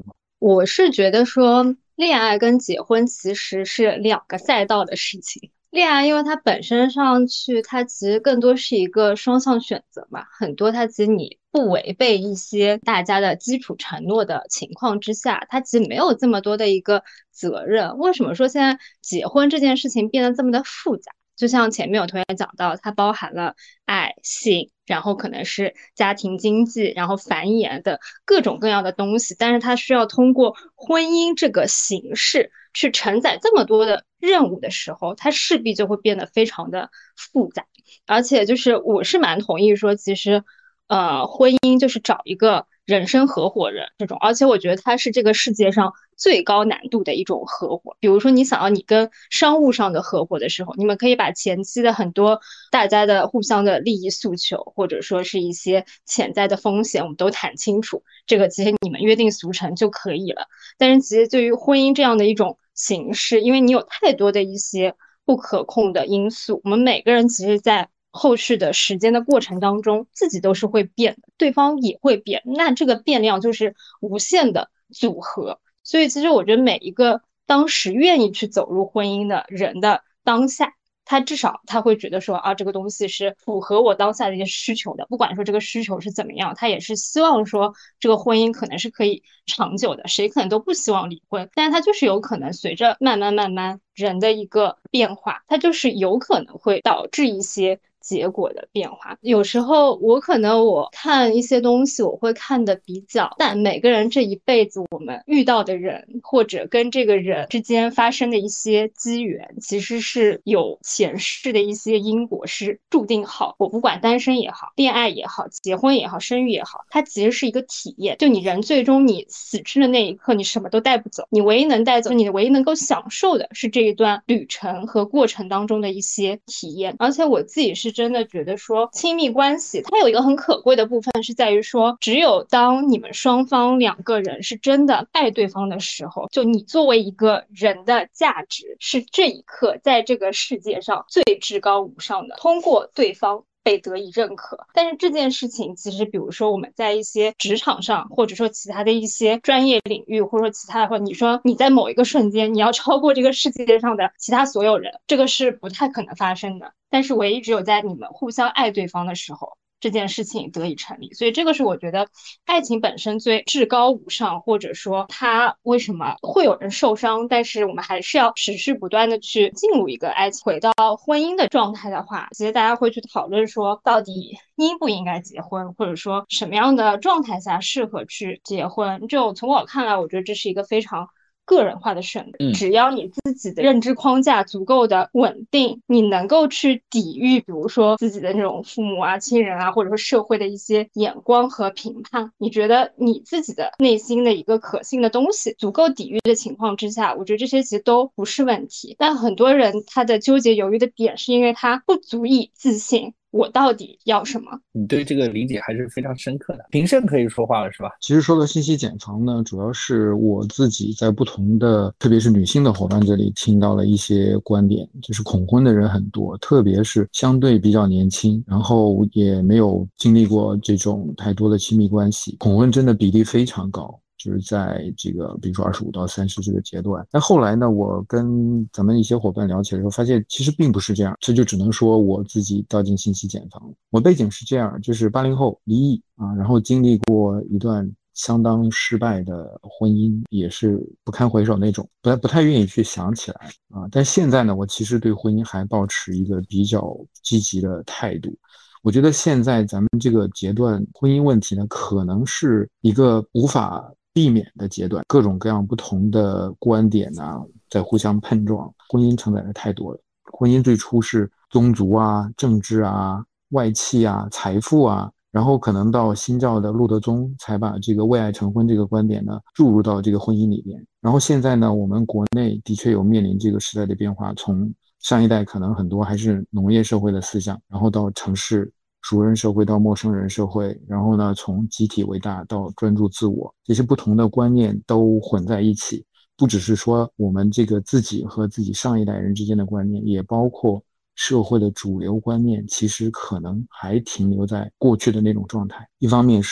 我是觉得说，恋爱跟结婚其实是两个赛道的事情。恋爱，因为它本身上去，它其实更多是一个双向选择嘛，很多它其实你不违背一些大家的基础承诺的情况之下，它其实没有这么多的一个责任。为什么说现在结婚这件事情变得这么的复杂？就像前面有同学讲到，它包含了爱、性，然后可能是家庭经济，然后繁衍的各种各样的东西，但是它需要通过婚姻这个形式去承载这么多的任务的时候，它势必就会变得非常的复杂。而且就是我是蛮同意说，其实呃，婚姻就是找一个人生合伙人这种，而且我觉得它是这个世界上最高难度的一种合伙。比如说你想要你跟商务上的合伙的时候，你们可以把前期的很多大家的互相的利益诉求，或者说是一些潜在的风险，我们都谈清楚，这个其实你们约定俗成就可以了。但是其实对于婚姻这样的一种形式，因为你有太多的一些不可控的因素，我们每个人其实在后续的时间的过程当中，自己都是会变的，对方也会变，那这个变量就是无限的组合。所以其实我觉得每一个当时愿意去走入婚姻的人的当下，他至少他会觉得说啊，这个东西是符合我当下的一些需求的，不管说这个需求是怎么样，他也是希望说这个婚姻可能是可以长久的，谁可能都不希望离婚，但是他就是有可能随着慢慢慢慢人的一个变化，他就是有可能会导致一些结果的变化。有时候我可能我看一些东西我会看的比较，但每个人这一辈子我们遇到的人或者跟这个人之间发生的一些机缘，其实是有前世的一些因果是注定好。我不管单身也好，恋爱也好，结婚也好，生育也好，它其实是一个体验。就你人最终你死去的那一刻，你什么都带不走，你唯一能带走，你唯一能够享受的是这一段旅程和过程当中的一些体验。而且我自己是真的觉得说，亲密关系它有一个很可贵的部分是在于说，只有当你们双方两个人是真的爱对方的时候，就你作为一个人的价值是这一刻在这个世界上最至高无上的，通过对方被得以认可。但是这件事情其实比如说我们在一些职场上，或者说其他的一些专业领域，或者说其他的话，你说你在某一个瞬间你要超过这个世界上的其他所有人，这个是不太可能发生的。但是唯一只有在你们互相爱对方的时候，这件事情得以成立。所以这个是我觉得爱情本身最至高无上，或者说它为什么会有人受伤，但是我们还是要持续不断的去进入一个爱情。回到婚姻的状态的话，其实大家会去讨论说到底应不应该结婚，或者说什么样的状态下适合去结婚。就从我看来，我觉得这是一个非常个人化的选择，只要你自己的认知框架足够的稳定，你能够去抵御比如说自己的那种父母啊、亲人啊，或者说社会的一些眼光和评判，你觉得你自己的内心的一个可信的东西足够抵御的情况之下，我觉得这些其实都不是问题。但很多人他的纠结犹豫的点是因为他不足以自信我到底要什么。 你对这个理解还是非常深刻的。平胜可以说话了是吧？ 其实说到信息茧房呢，主要是我自己在不同的特别是女性的伙伴这里听到了一些观点，就是恐婚的人很多，特别是相对比较年轻，然后也没有经历过这种太多的亲密关系，恐婚真的比例非常高，就是在这个比如说二十五到三十这个阶段。但后来呢，我跟咱们一些伙伴聊起来的时候，发现其实并不是这样，这就只能说我自己掉进信息茧房了。我背景是这样，就是八零后离异啊，然后经历过一段相当失败的婚姻，也是不堪回首那种，不太不太愿意去想起来啊。但现在呢，我其实对婚姻还抱持一个比较积极的态度。我觉得现在咱们这个阶段婚姻问题呢，可能是一个无法避免的阶段，各种各样不同的观点啊，在互相碰撞，婚姻承载的太多了。婚姻最初是宗族啊、政治啊、外戚啊、财富啊，然后可能到新教的路德宗才把这个为爱成婚这个观点呢注入到这个婚姻里边。然后现在呢，我们国内的确有面临这个时代的变化，从上一代可能很多还是农业社会的思想，然后到城市熟人社会到陌生人社会，然后呢从集体为大到专注自我，这些不同的观念都混在一起。不只是说我们这个自己和自己上一代人之间的观念，也包括社会的主流观念，其实可能还停留在过去的那种状态。一方面是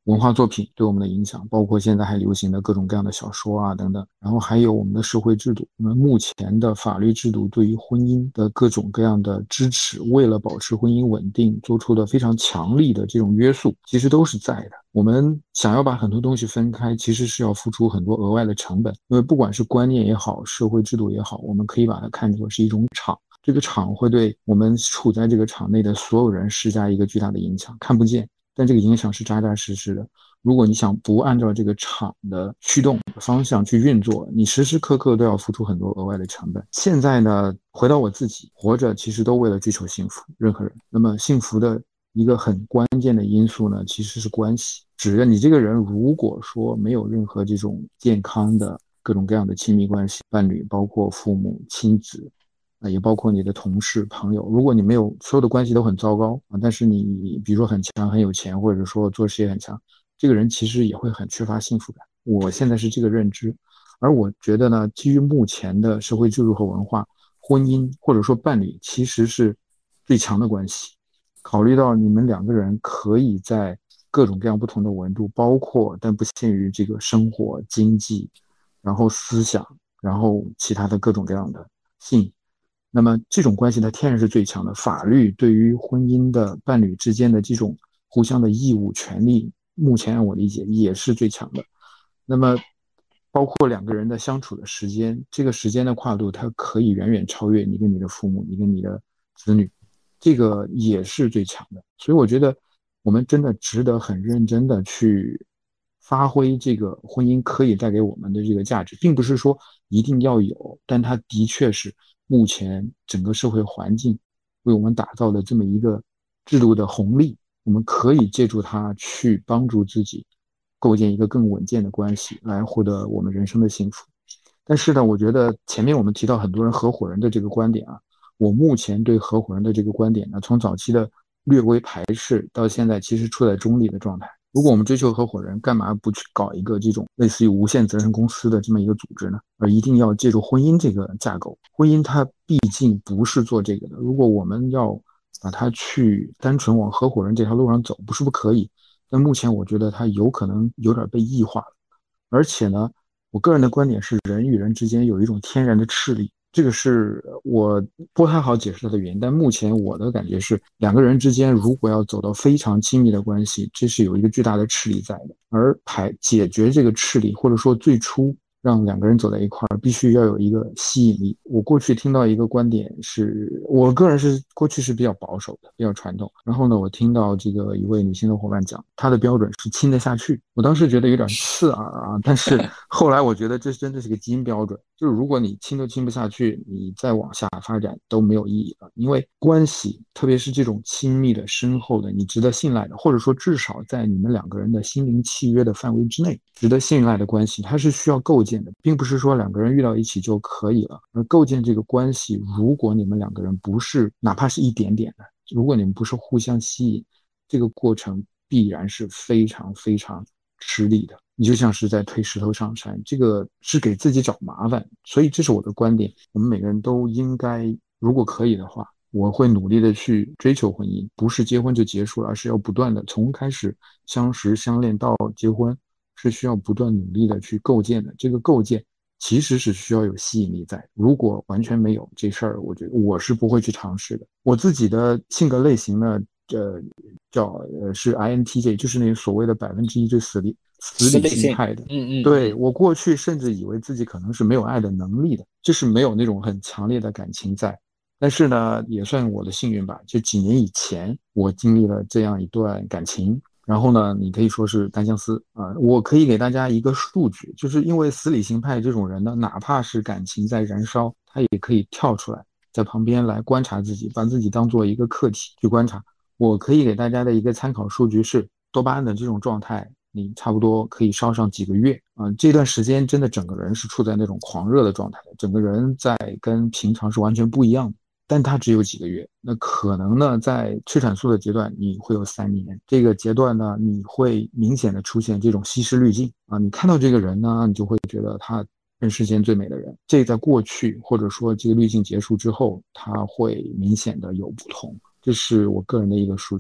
文化作品对我们的影响，包括现在还流行的各种各样的小说啊等等，然后还有我们的社会制度，我们目前的法律制度对于婚姻的各种各样的支持，为了保持婚姻稳定做出的非常强力的这种约束，其实都是在的。我们想要把很多东西分开，其实是要付出很多额外的成本，因为不管是观念也好，社会制度也好，我们可以把它看作是一种场，这个场会对我们处在这个场内的所有人施加一个巨大的影响，看不见，但这个影响是扎扎实实的。如果你想不按照这个场的驱动方向去运作，你时时刻刻都要付出很多额外的成本。现在呢，回到我自己，活着其实都为了追求幸福，任何人。那么幸福的一个很关键的因素呢，其实是关系。只要你这个人如果说没有任何这种健康的各种各样的亲密关系，伴侣，包括父母、亲子，啊，也包括你的同事、朋友，如果你没有所有的关系都很糟糕啊，但是你比如说很强、很有钱，或者说做事业很强，这个人其实也会很缺乏幸福感。我现在是这个认知，而我觉得呢，基于目前的社会制度和文化，婚姻或者说伴侣其实是最强的关系。考虑到你们两个人可以在各种各样不同的维度，包括但不限于这个生活、经济，然后思想，然后其他的各种各样的性。那么这种关系它天然是最强的。法律对于婚姻的伴侣之间的这种互相的义务权利，目前按我理解也是最强的。那么包括两个人的相处的时间，这个时间的跨度它可以远远超越你跟你的父母，你跟你的子女，这个也是最强的。所以我觉得我们真的值得很认真的去发挥这个婚姻可以带给我们的这个价值，并不是说一定要有，但它的确是目前整个社会环境为我们打造的这么一个制度的红利，我们可以借助它去帮助自己构建一个更稳健的关系，来获得我们人生的幸福。但是呢，我觉得前面我们提到很多人合伙人的这个观点啊，我目前对合伙人的这个观点呢，从早期的略微排斥到现在其实处在中立的状态。如果我们追求合伙人，干嘛不去搞一个这种类似于无限责任公司的这么一个组织呢？而一定要借助婚姻这个架构？婚姻它毕竟不是做这个的。如果我们要把它去单纯往合伙人这条路上走，不是不可以，但目前我觉得它有可能有点被异化了。而且呢，我个人的观点是，人与人之间有一种天然的斥力，这个是我不太好解释它的原因，但目前我的感觉是，两个人之间如果要走到非常亲密的关系，这是有一个巨大的斥力在的。而排解决这个斥力，或者说最初让两个人走在一块儿，必须要有一个吸引力。我过去听到一个观点是，我个人是过去是比较保守的，比较传统。然后呢，我听到这个一位女性的伙伴讲，她的标准是亲得下去。我当时觉得有点刺耳啊，但是后来我觉得这真的是个基因标准，就是如果你亲都亲不下去，你再往下发展都没有意义了。因为关系，特别是这种亲密的、深厚的、你值得信赖的，或者说至少在你们两个人的心灵契约的范围之内，值得信赖的关系，它是需要构建的，并不是说两个人遇到一起就可以了。而构建这个关系，如果你们两个人不是哪怕是一点点的，如果你们不是互相吸引，这个过程必然是非常非常吃力的。你就像是在推石头上山，这个是给自己找麻烦。所以这是我的观点，我们每个人都应该，如果可以的话，我会努力的去追求婚姻，不是结婚就结束了，而是要不断的从开始相识相恋到结婚，是需要不断努力的去构建的。这个构建其实是需要有吸引力在，如果完全没有这事儿，我觉得我是不会去尝试的。我自己的性格类型呢，呃，叫呃是 I N T J， 就是那个所谓的百分之一最死理死理性派的。 嗯嗯， 对，我过去甚至以为自己可能是没有爱的能力的，就是没有那种很强烈的感情在。但是呢，也算我的幸运吧，就几年以前我经历了这样一段感情，然后呢，你可以说是单相思啊、呃。我可以给大家一个数据，就是因为死理性派这种人呢，哪怕是感情在燃烧，他也可以跳出来，在旁边来观察自己，把自己当做一个客体去观察。我可以给大家的一个参考数据是，多巴胺的这种状态，你差不多可以烧上几个月啊、呃。这段时间真的整个人是处在那种狂热的状态，整个人在跟平常是完全不一样的。但它只有几个月，那可能呢，在催产素的阶段你会有三年，这个阶段呢，你会明显的出现这种稀释滤镜啊，你看到这个人呢，你就会觉得他人世间最美的人。这在过去或者说这个滤镜结束之后，它会明显的有不同，这是我个人的一个数据。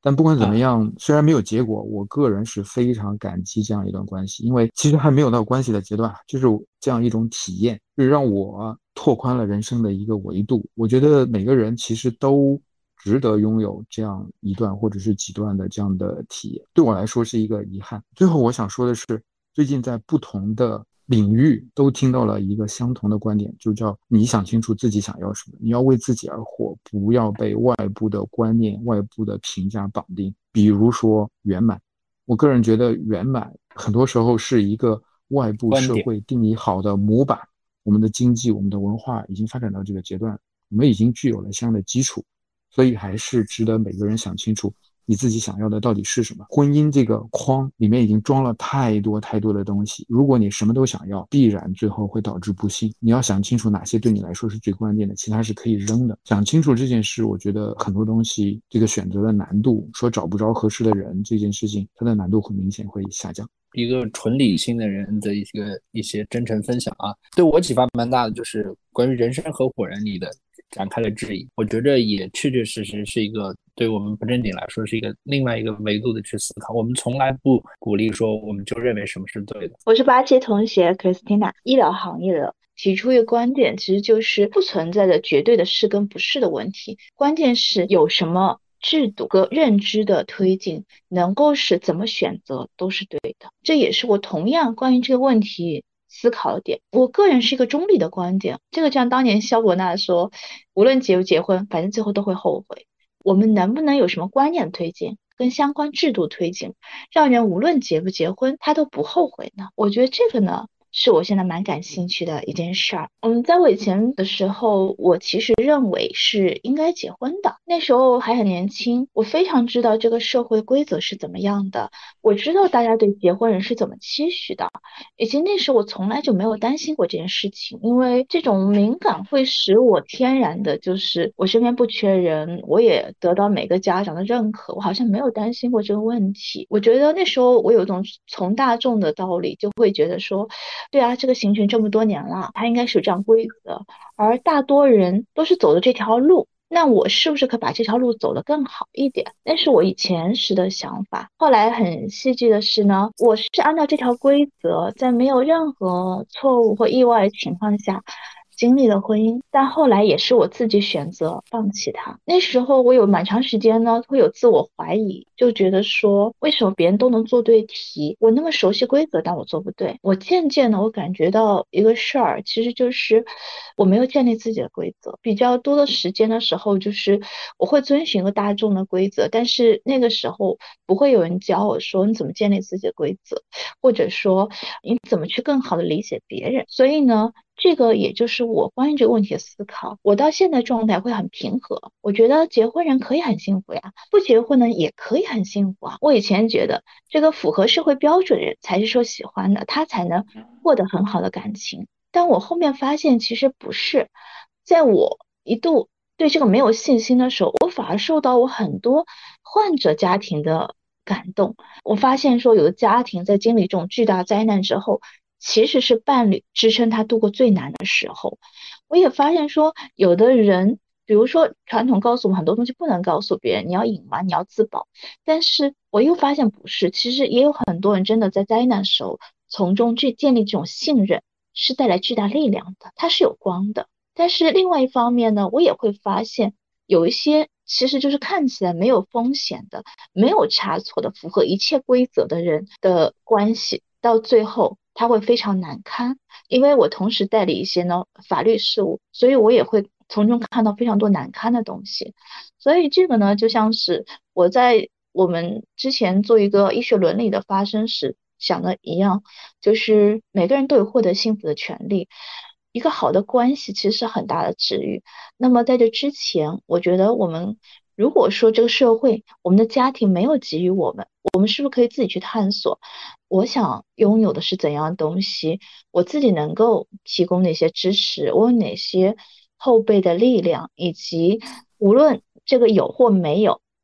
但不管怎么样，虽然没有结果，我个人是非常感激这样一段关系，因为其实还没有到关系的阶段，就是这样一种体验，是让我拓宽了人生的一个维度。我觉得每个人其实都值得拥有这样一段或者是几段的这样的体验，对我来说是一个遗憾。最后我想说的是，最近在不同的领域都听到了一个相同的观点，就叫你想清楚自己想要什么，你要为自己而活，不要被外部的观念、外部的评价绑定。比如说圆满，我个人觉得圆满很多时候是一个外部社会定义好的模板。我们的经济、我们的文化已经发展到这个阶段，我们已经具有了相应的基础，所以还是值得每个人想清楚你自己想要的到底是什么。婚姻这个框里面已经装了太多太多的东西，如果你什么都想要，必然最后会导致不幸。你要想清楚哪些对你来说是最关键的，其他是可以扔的。想清楚这件事，我觉得很多东西这个选择的难度，说找不着合适的人这件事情，它的难度会明显会下降。 一个纯理性的人的一个一些真诚分享啊，对我启发蛮大的，就是关于人生合伙人里的展开了质疑。我觉得也确确实实是一个对我们不正经来说是一个另外一个维度的去思考。我们从来不鼓励说我们就认为什么是对的。 我是八七同学 Christina， 医疗行业的提出一个观点，其实就是不存在着绝对的是跟不是的问题，关键是有什么制度和认知的推进，能够是怎么选择都是对的。这也是我同样关于这个问题思考的点。我个人是一个中立的观点，这个就像当年萧伯纳说，无论结不结婚，反正最后都会后悔。我们能不能有什么观念推进跟相关制度推进，让人无论结不结婚他都不后悔呢？我觉得这个呢是我现在蛮感兴趣的一件事儿。嗯，在我以前的时候，我其实认为是应该结婚的。那时候还很年轻，我非常知道这个社会规则是怎么样的，我知道大家对结婚人是怎么期许的，以及那时候我从来就没有担心过这件事情，因为这种敏感会使我天然的就是我身边不缺人，我也得到每个家长的认可，我好像没有担心过这个问题。我觉得那时候我有一种从大众的道理，就会觉得说，对啊，这个行情这么多年了，它应该是有这样规则，而大多人都是走的这条路，那我是不是可以把这条路走得更好一点？那是我以前时的想法。后来很戏剧的是呢，我是按照这条规则，在没有任何错误或意外的情况下经历了婚姻，但后来也是我自己选择放弃它。那时候我有蛮长时间呢会有自我怀疑，就觉得说为什么别人都能做对题，我那么熟悉规则但我做不对。我渐渐的我感觉到一个事儿，其实就是我没有建立自己的规则。比较多的时间的时候，就是我会遵循一个大众的规则，但是那个时候不会有人教我说你怎么建立自己的规则，或者说你怎么去更好的理解别人。所以呢，这个也就是我关于这个问题的思考。我到现在状态会很平和，我觉得结婚人可以很幸福呀，不结婚呢也可以很幸福啊。我以前觉得这个符合社会标准的人才是说喜欢的，他才能获得很好的感情。但我后面发现其实不是，在我一度对这个没有信心的时候，我反而受到我很多患者家庭的感动。我发现说有的家庭在经历这种巨大灾难之后，其实是伴侣支撑他度过最难的时候。我也发现说有的人，比如说传统告诉我们很多东西不能告诉别人，你要隐瞒，你要自保。但是我又发现不是，其实也有很多人真的在灾难时候从中去建立这种信任，是带来巨大力量的，它是有光的。但是另外一方面呢，我也会发现有一些其实就是看起来没有风险的、没有差错的、符合一切规则的人的关系，到最后他会非常难堪。因为我同时代理一些呢法律事务，所以我也会从中看到非常多难堪的东西。所以这个呢，就像是我在我们之前做一个医学伦理的发生时想的一样，就是每个人都有获得幸福的权利。一个好的关系其实是很大的治愈。那么在这之前，我觉得我们如果说这个社会，我们的家庭没有给予我们，我们是不是可以自己去探索，我想拥有的是怎样的东西，我自己能够提供哪些支持，我有哪些后备的力量，以及无论这个有或没有，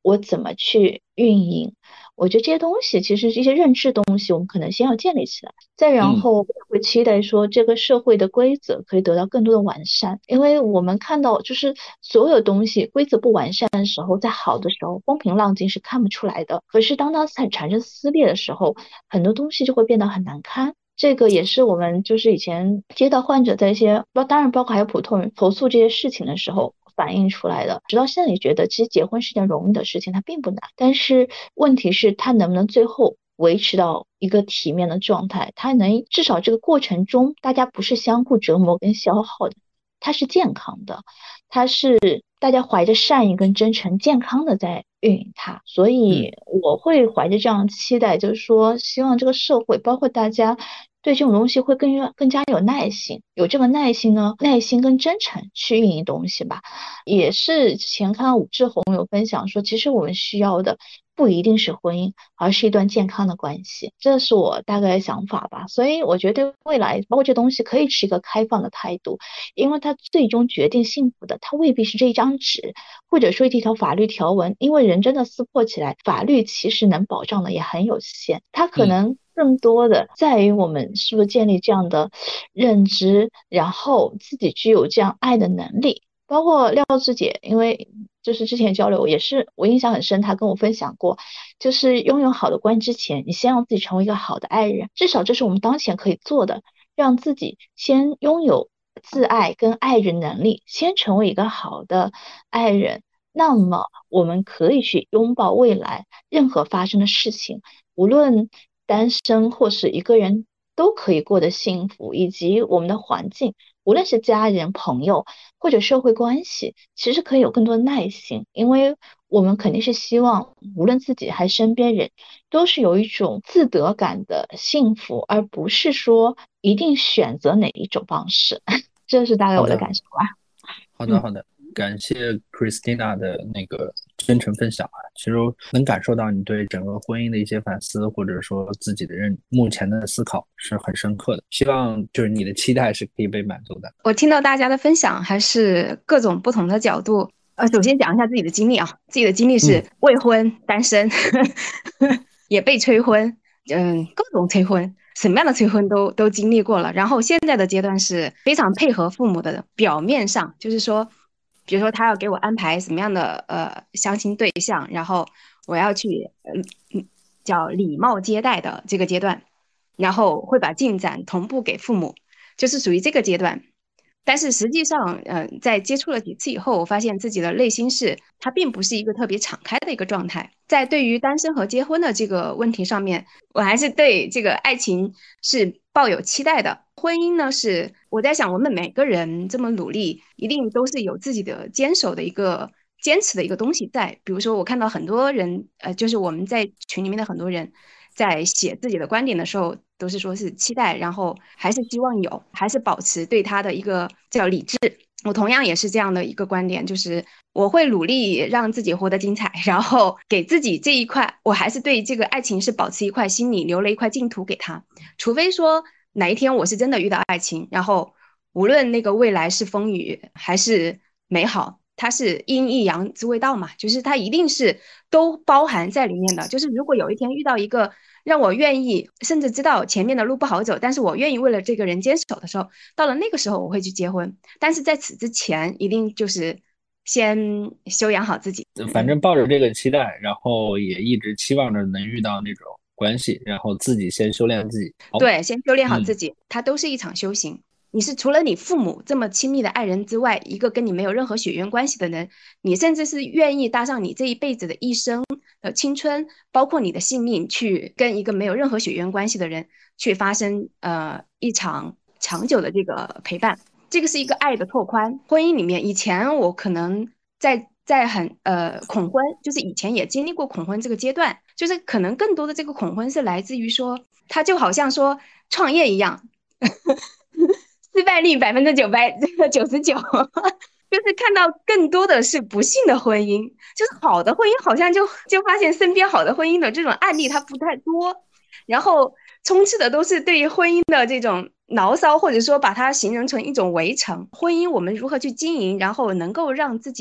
我怎么去运营。我觉得这些东西其实这些认知东西，我们可能先要建立起来，再然后会期待说这个社会的规则可以得到更多的完善，因为我们看到就是所有东西规则不完善的时候，在好的时候风平浪静是看不出来的，可是当它产产生撕裂的时候，很多东西就会变得很难堪。这个也是我们就是以前接到患者在一些，当然包括还有普通人投诉这些事情的时候反映出来的。直到现在也觉得其实结婚是件容易的事情，它并不难，但是问题是它能不能最后维持到一个体面的状态，它能至少这个过程中大家不是相互折磨跟消耗的，它是健康的，它是大家怀着善意跟真诚健康的在运营它。所以我会怀着这样期待，就是说希望这个社会包括大家对这种东西会更更加有耐心，有这个耐心呢，耐心跟真诚去运营东西吧。也是之前看到武志红有分享说，其实我们需要的不一定是婚姻，而是一段健康的关系，这是我大概的想法吧。所以我觉得未来包括这东西可以持一个开放的态度，因为它最终决定幸福的，它未必是这一张纸，或者说一条法律条文，因为人真的撕破起来，法律其实能保障的也很有限，它可能更多的在于我们是不是建立这样的认知，然后自己具有这样爱的能力。包括廖智姐，因为就是之前交流也是我印象很深，她跟我分享过，就是拥有好的关之前，你先让自己成为一个好的爱人，至少这是我们当前可以做的，让自己先拥有自爱跟爱人能力，先成为一个好的爱人，那么我们可以去拥抱未来任何发生的事情，无论单身或是一个人都可以过得幸福，以及我们的环境无论是家人朋友或者社会关系，其实可以有更多的耐心，因为我们肯定是希望无论自己还是身边人都是有一种自得感的幸福，而不是说一定选择哪一种方式这是大概我的感受吧。 好的好的、嗯、感谢 Christina 的那个真诚分享啊，其实能感受到你对整个婚姻的一些反思，或者说自己的认目前的思考是很深刻的，希望就是你的期待是可以被满足的。 我听到大家的分享还是各种不同的角度，呃，首先讲一下自己的经历啊，自己的经历是未婚、嗯、单身也被催婚，嗯，各种催婚，什么样的催婚都都经历过了，然后现在的阶段是非常配合父母的，表面上就是说比如说他要给我安排什么样的呃相亲对象，然后我要去呃叫礼貌接待的这个阶段，然后会把进展同步给父母，就是属于这个阶段。但是实际上呃在接触了几次以后，我发现自己的内心是它并不是一个特别敞开的一个状态。在对于单身和结婚的这个问题上面，我还是对这个爱情是抱有期待的。婚姻呢，是我在想我们每个人这么努力一定都是有自己的坚守的一个坚持的一个东西在。比如说我看到很多人呃，就是我们在群里面的很多人在写自己的观点的时候都是说是期待，然后还是希望有，还是保持对他的一个叫理智。我同样也是这样的一个观点，就是我会努力让自己活得精彩，然后给自己这一块，我还是对这个爱情是保持一块心里留了一块净土给他。除非说哪一天我是真的遇到爱情，然后无论那个未来是风雨还是美好，它是阴一阳之谓道嘛，就是它一定是都包含在里面的。就是如果有一天遇到一个让我愿意，甚至知道前面的路不好走，但是我愿意为了这个人坚守的时候，到了那个时候我会去结婚。但是在此之前一定就是先修养好自己。 反正抱着这个期待，然后也一直期望着能遇到那种关系，然后自己先修炼自己。 对，先修炼好自己、嗯、它都是一场修行。你是除了你父母这么亲密的爱人之外，一个跟你没有任何血缘关系的人，你甚至是愿意搭上你这一辈子的一生的青春，包括你的性命，去跟一个没有任何血缘关系的人去发生呃一场长久的这个陪伴。这个是一个爱的拓宽。婚姻里面，以前我可能在在很呃恐婚，就是以前也经历过恐婚这个阶段，就是可能更多的这个恐婚是来自于说，它就好像说创业一样失败率百分之九百九十九，就是看到更多的是不幸的婚姻，就是好的婚姻好像就就发现身边好的婚姻的这种案例它不太多，然后充斥的都是对于婚姻的这种牢骚，或者说把它形容成一种围城。婚姻我们如何去经营，然后能够让自己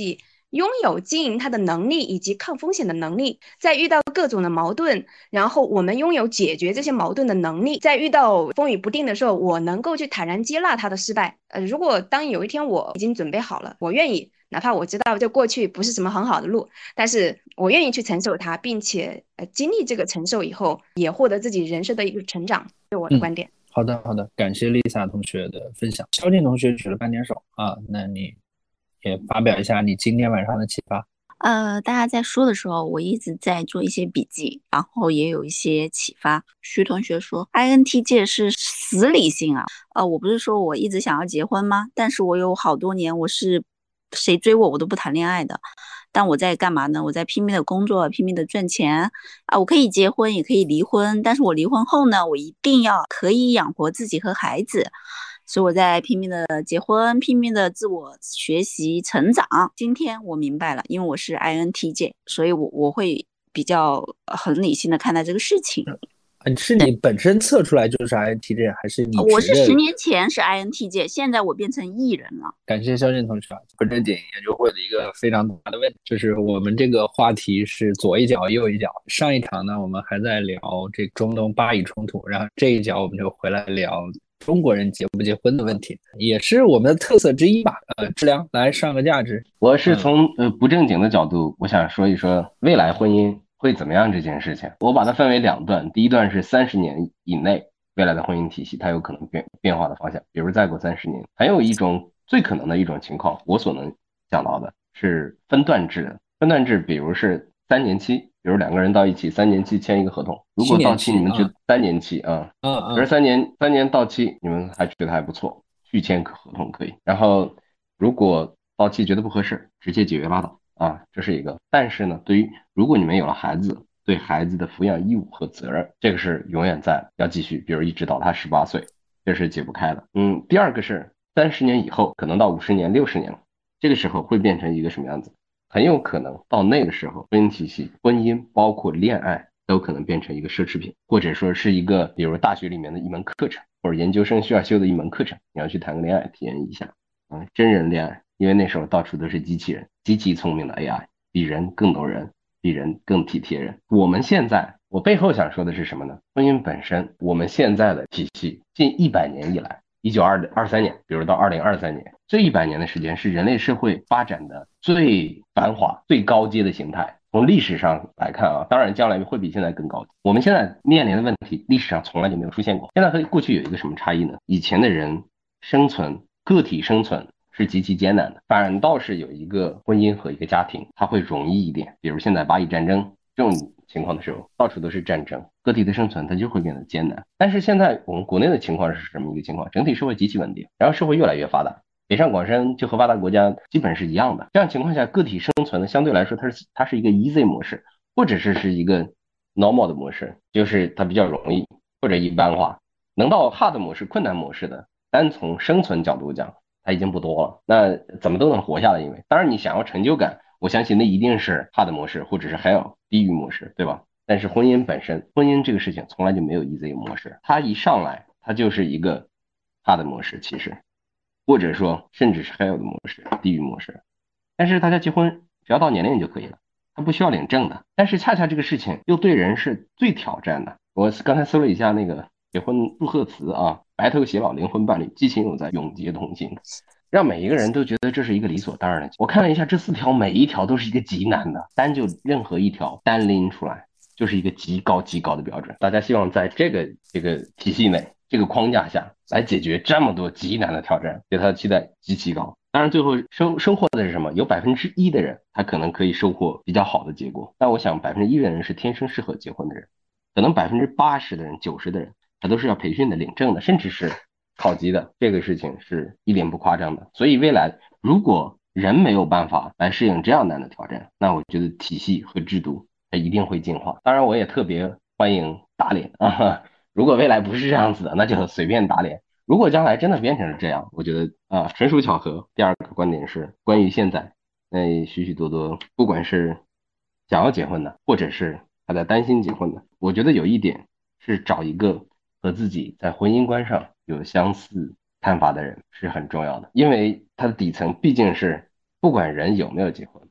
拥有经营它的能力以及抗风险的能力，在遇到各种的矛盾，然后我们拥有解决这些矛盾的能力，在遇到风雨不定的时候，我能够去坦然接纳它的失败。呃，如果当有一天我已经准备好了，我愿意，哪怕我知道这过去不是什么很好的路，但是我愿意去承受它，并且呃经历这个承受以后，也获得自己人生的一个成长，是我的观点。 嗯，好的好的，感谢 Lisa 同学的分享。肖静同学举了半点手啊，那你也发表一下你今天晚上的启发。 呃，大家在说的时候，我一直在做一些笔记，然后也有一些启发。徐同学说 I N T J 是死理性啊，呃，我不是说我一直想要结婚吗？但是我有好多年我是谁追我我都不谈恋爱的，但我在干嘛呢？我在拼命的工作，拼命的赚钱啊！我可以结婚，也可以离婚，但是我离婚后呢，我一定要可以养活自己和孩子。所以我在拼命的结婚，拼命的自我学习成长。今天我明白了，因为我是 I N T J， 所以我我会比较很理性的看待这个事情。 是你本身测出来就是 I N T J， 还是你？ 我是十年前是 I N T J， 现在我变成 E 人了。 感谢肖震同学。不正经研究会的一个非常大的问题，就是我们这个话题是左一脚右一脚。上一场呢，我们还在聊这中东巴以冲突，然后这一脚我们就回来聊中国人结不结婚的问题，也是我们的特色之一吧。呃，志良来上个价值。 我是从呃不正经的角度，我想说一说未来婚姻会怎么样这件事情。我把它分为两段，第一段是三十年以内未来的婚姻体系它有可能变变化的方向，比如再过三十年。还有一种最可能的一种情况，我所能想到的是分段制的。分段制比如是三年期，比如两个人到一起三年期签一个合同，如果到期你们觉得三年期啊，嗯嗯，比如三年三年到期你们还觉得还不错，续签合同可以。然后如果到期觉得不合适，直接解约拉倒啊，这是一个。但是呢，对于如果你们有了孩子，对孩子的抚养义务和责任，这个是永远在要继续，比如一直到他十八岁，这是解不开的。嗯，第二个是三十年以后，可能到五十年、六十年了，这个时候会变成一个什么样子？很有可能到那个时候，婚姻体系、婚姻包括恋爱都可能变成一个奢侈品，或者说是一个比如大学里面的一门课程，或者研究生需要修的一门课程，你要去谈个恋爱体验一下。嗯，真人恋爱，因为那时候到处都是机器人，极其聪明的 A I， 比人更懂人，比人更体贴人。我们现在，我背后想说的是什么呢？婚姻本身，我们现在的体系近一百年以来，一九二三年，比如到二零二三年，这一百年的时间是人类社会发展的最繁华、最高阶的形态。从历史上来看啊，当然将来会比现在更高级。我们现在面临的问题，历史上从来就没有出现过。现在和过去有一个什么差异呢？以前的人生存，个体生存是极其艰难的，反倒是有一个婚姻和一个家庭，它会容易一点。比如现在巴以战争这种情况的时候，到处都是战争，个体的生存它就会变得艰难。但是现在我们国内的情况是什么一个情况？整体社会极其稳定，然后社会越来越发达，北上广深就和发达国家基本是一样的。这样情况下，个体生存的相对来说，它是它是一个 easy 模式，或者是是一个 normal 的模式，就是它比较容易或者一般化。能到 hard 模式、困难模式的，单从生存角度讲，它已经不多了。那怎么都能活下来，因为当然你想要成就感，我相信那一定是 hard 模式或者是 hell 地狱模式，对吧？但是婚姻本身，婚姻这个事情从来就没有 easy 模式，它一上来它就是一个 hard 模式，其实或者说甚至是 hell 的模式，地狱模式。但是大家结婚只要到年龄就可以了，它不需要领证的。但是恰恰这个事情又对人是最挑战的。我刚才搜了一下那个结婚祝贺词啊，白头偕老，灵魂伴侣，激情永在，永结同心，让每一个人都觉得这是一个理所当然的。我看了一下这四条，每一条都是一个极难的，单就任何一条单拎出来就是一个极高极高的标准。大家希望在这个这个体系内，这个框架下来解决这么多极难的挑战，对他的期待极其高。当然最后收收获的是什么？有百分之一的人他可能可以收获比较好的结果，但我想百分之一的人是天生适合结婚的人，可能百分之八十的人、九十的人他都是要培训的、领证的，甚至是考级的。这个事情是一点不夸张的。所以未来如果人没有办法来适应这样难的挑战，那我觉得体系和制度它一定会进化。当然我也特别欢迎打脸啊，如果未来不是这样子的，那就随便打脸。如果将来真的变成了这样，我觉得啊，纯属巧合。第二个观点是关于现在那许许多多不管是想要结婚的，或者是还在担心结婚的，我觉得有一点是找一个和自己在婚姻观上有相似看法的人是很重要的。因为它的底层毕竟是不管人有没有结婚，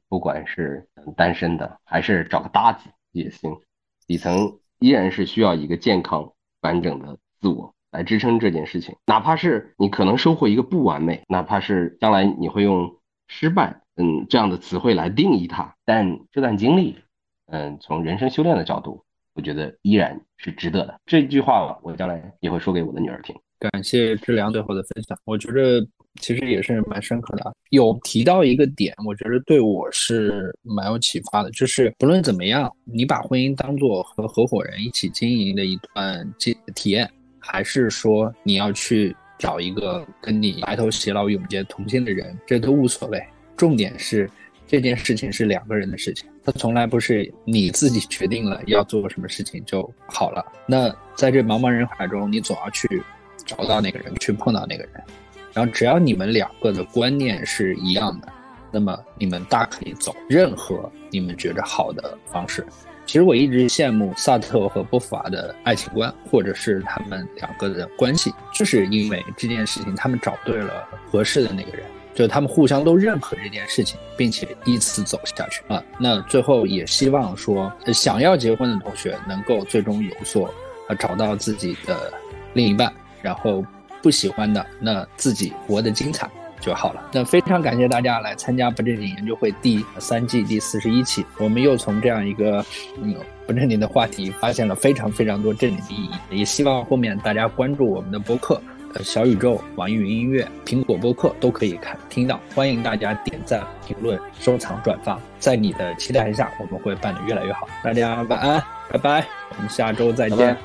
不管是单身的还是找个搭子也行，底层依然是需要一个健康完整的自我来支撑这件事情。哪怕是你可能收获一个不完美，哪怕是将来你会用失败嗯这样的词汇来定义它，但这段经历嗯从人生修炼的角度，我觉得依然是值得的。这句话我将来也会说给我的女儿听。 感谢志良最后的分享，我觉得其实也是蛮深刻的。有提到一个点，我觉得对我是蛮有启发的，就是不论怎么样，你把婚姻当作和合伙人一起经营的一段体验，还是说你要去找一个跟你白头偕老永结同心的人，这都无所谓。重点是这件事情是两个人的事情，它从来不是你自己决定了要做什么事情就好了。那在这茫茫人海中，你总要去找到那个人，去碰到那个人，然后只要你们两个的观念是一样的，那么你们大可以走任何你们觉得好的方式。其实我一直羡慕萨特和波伏娃的爱情观，或者是他们两个的关系，就是因为这件事情他们找对了合适的那个人，就他们互相都认可这件事情，并且依此走下去啊。那最后也希望说想要结婚的同学能够最终有所呃找到自己的另一半，然后不喜欢的那自己活得精彩就好了。那非常感谢大家来参加不正经研究会第三季第四十一期，我们又从这样一个嗯不正经的话题发现了非常非常多正经的意义，也希望后面大家关注我们的播客，呃小宇宙、网易云音乐、苹果播客都可以看听到，欢迎大家点赞、评论、收藏、转发，在你的期待下，我们会办得越来越好。大家晚安，拜拜，我们下周再见。拜拜。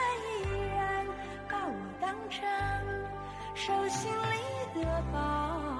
手心里的宝。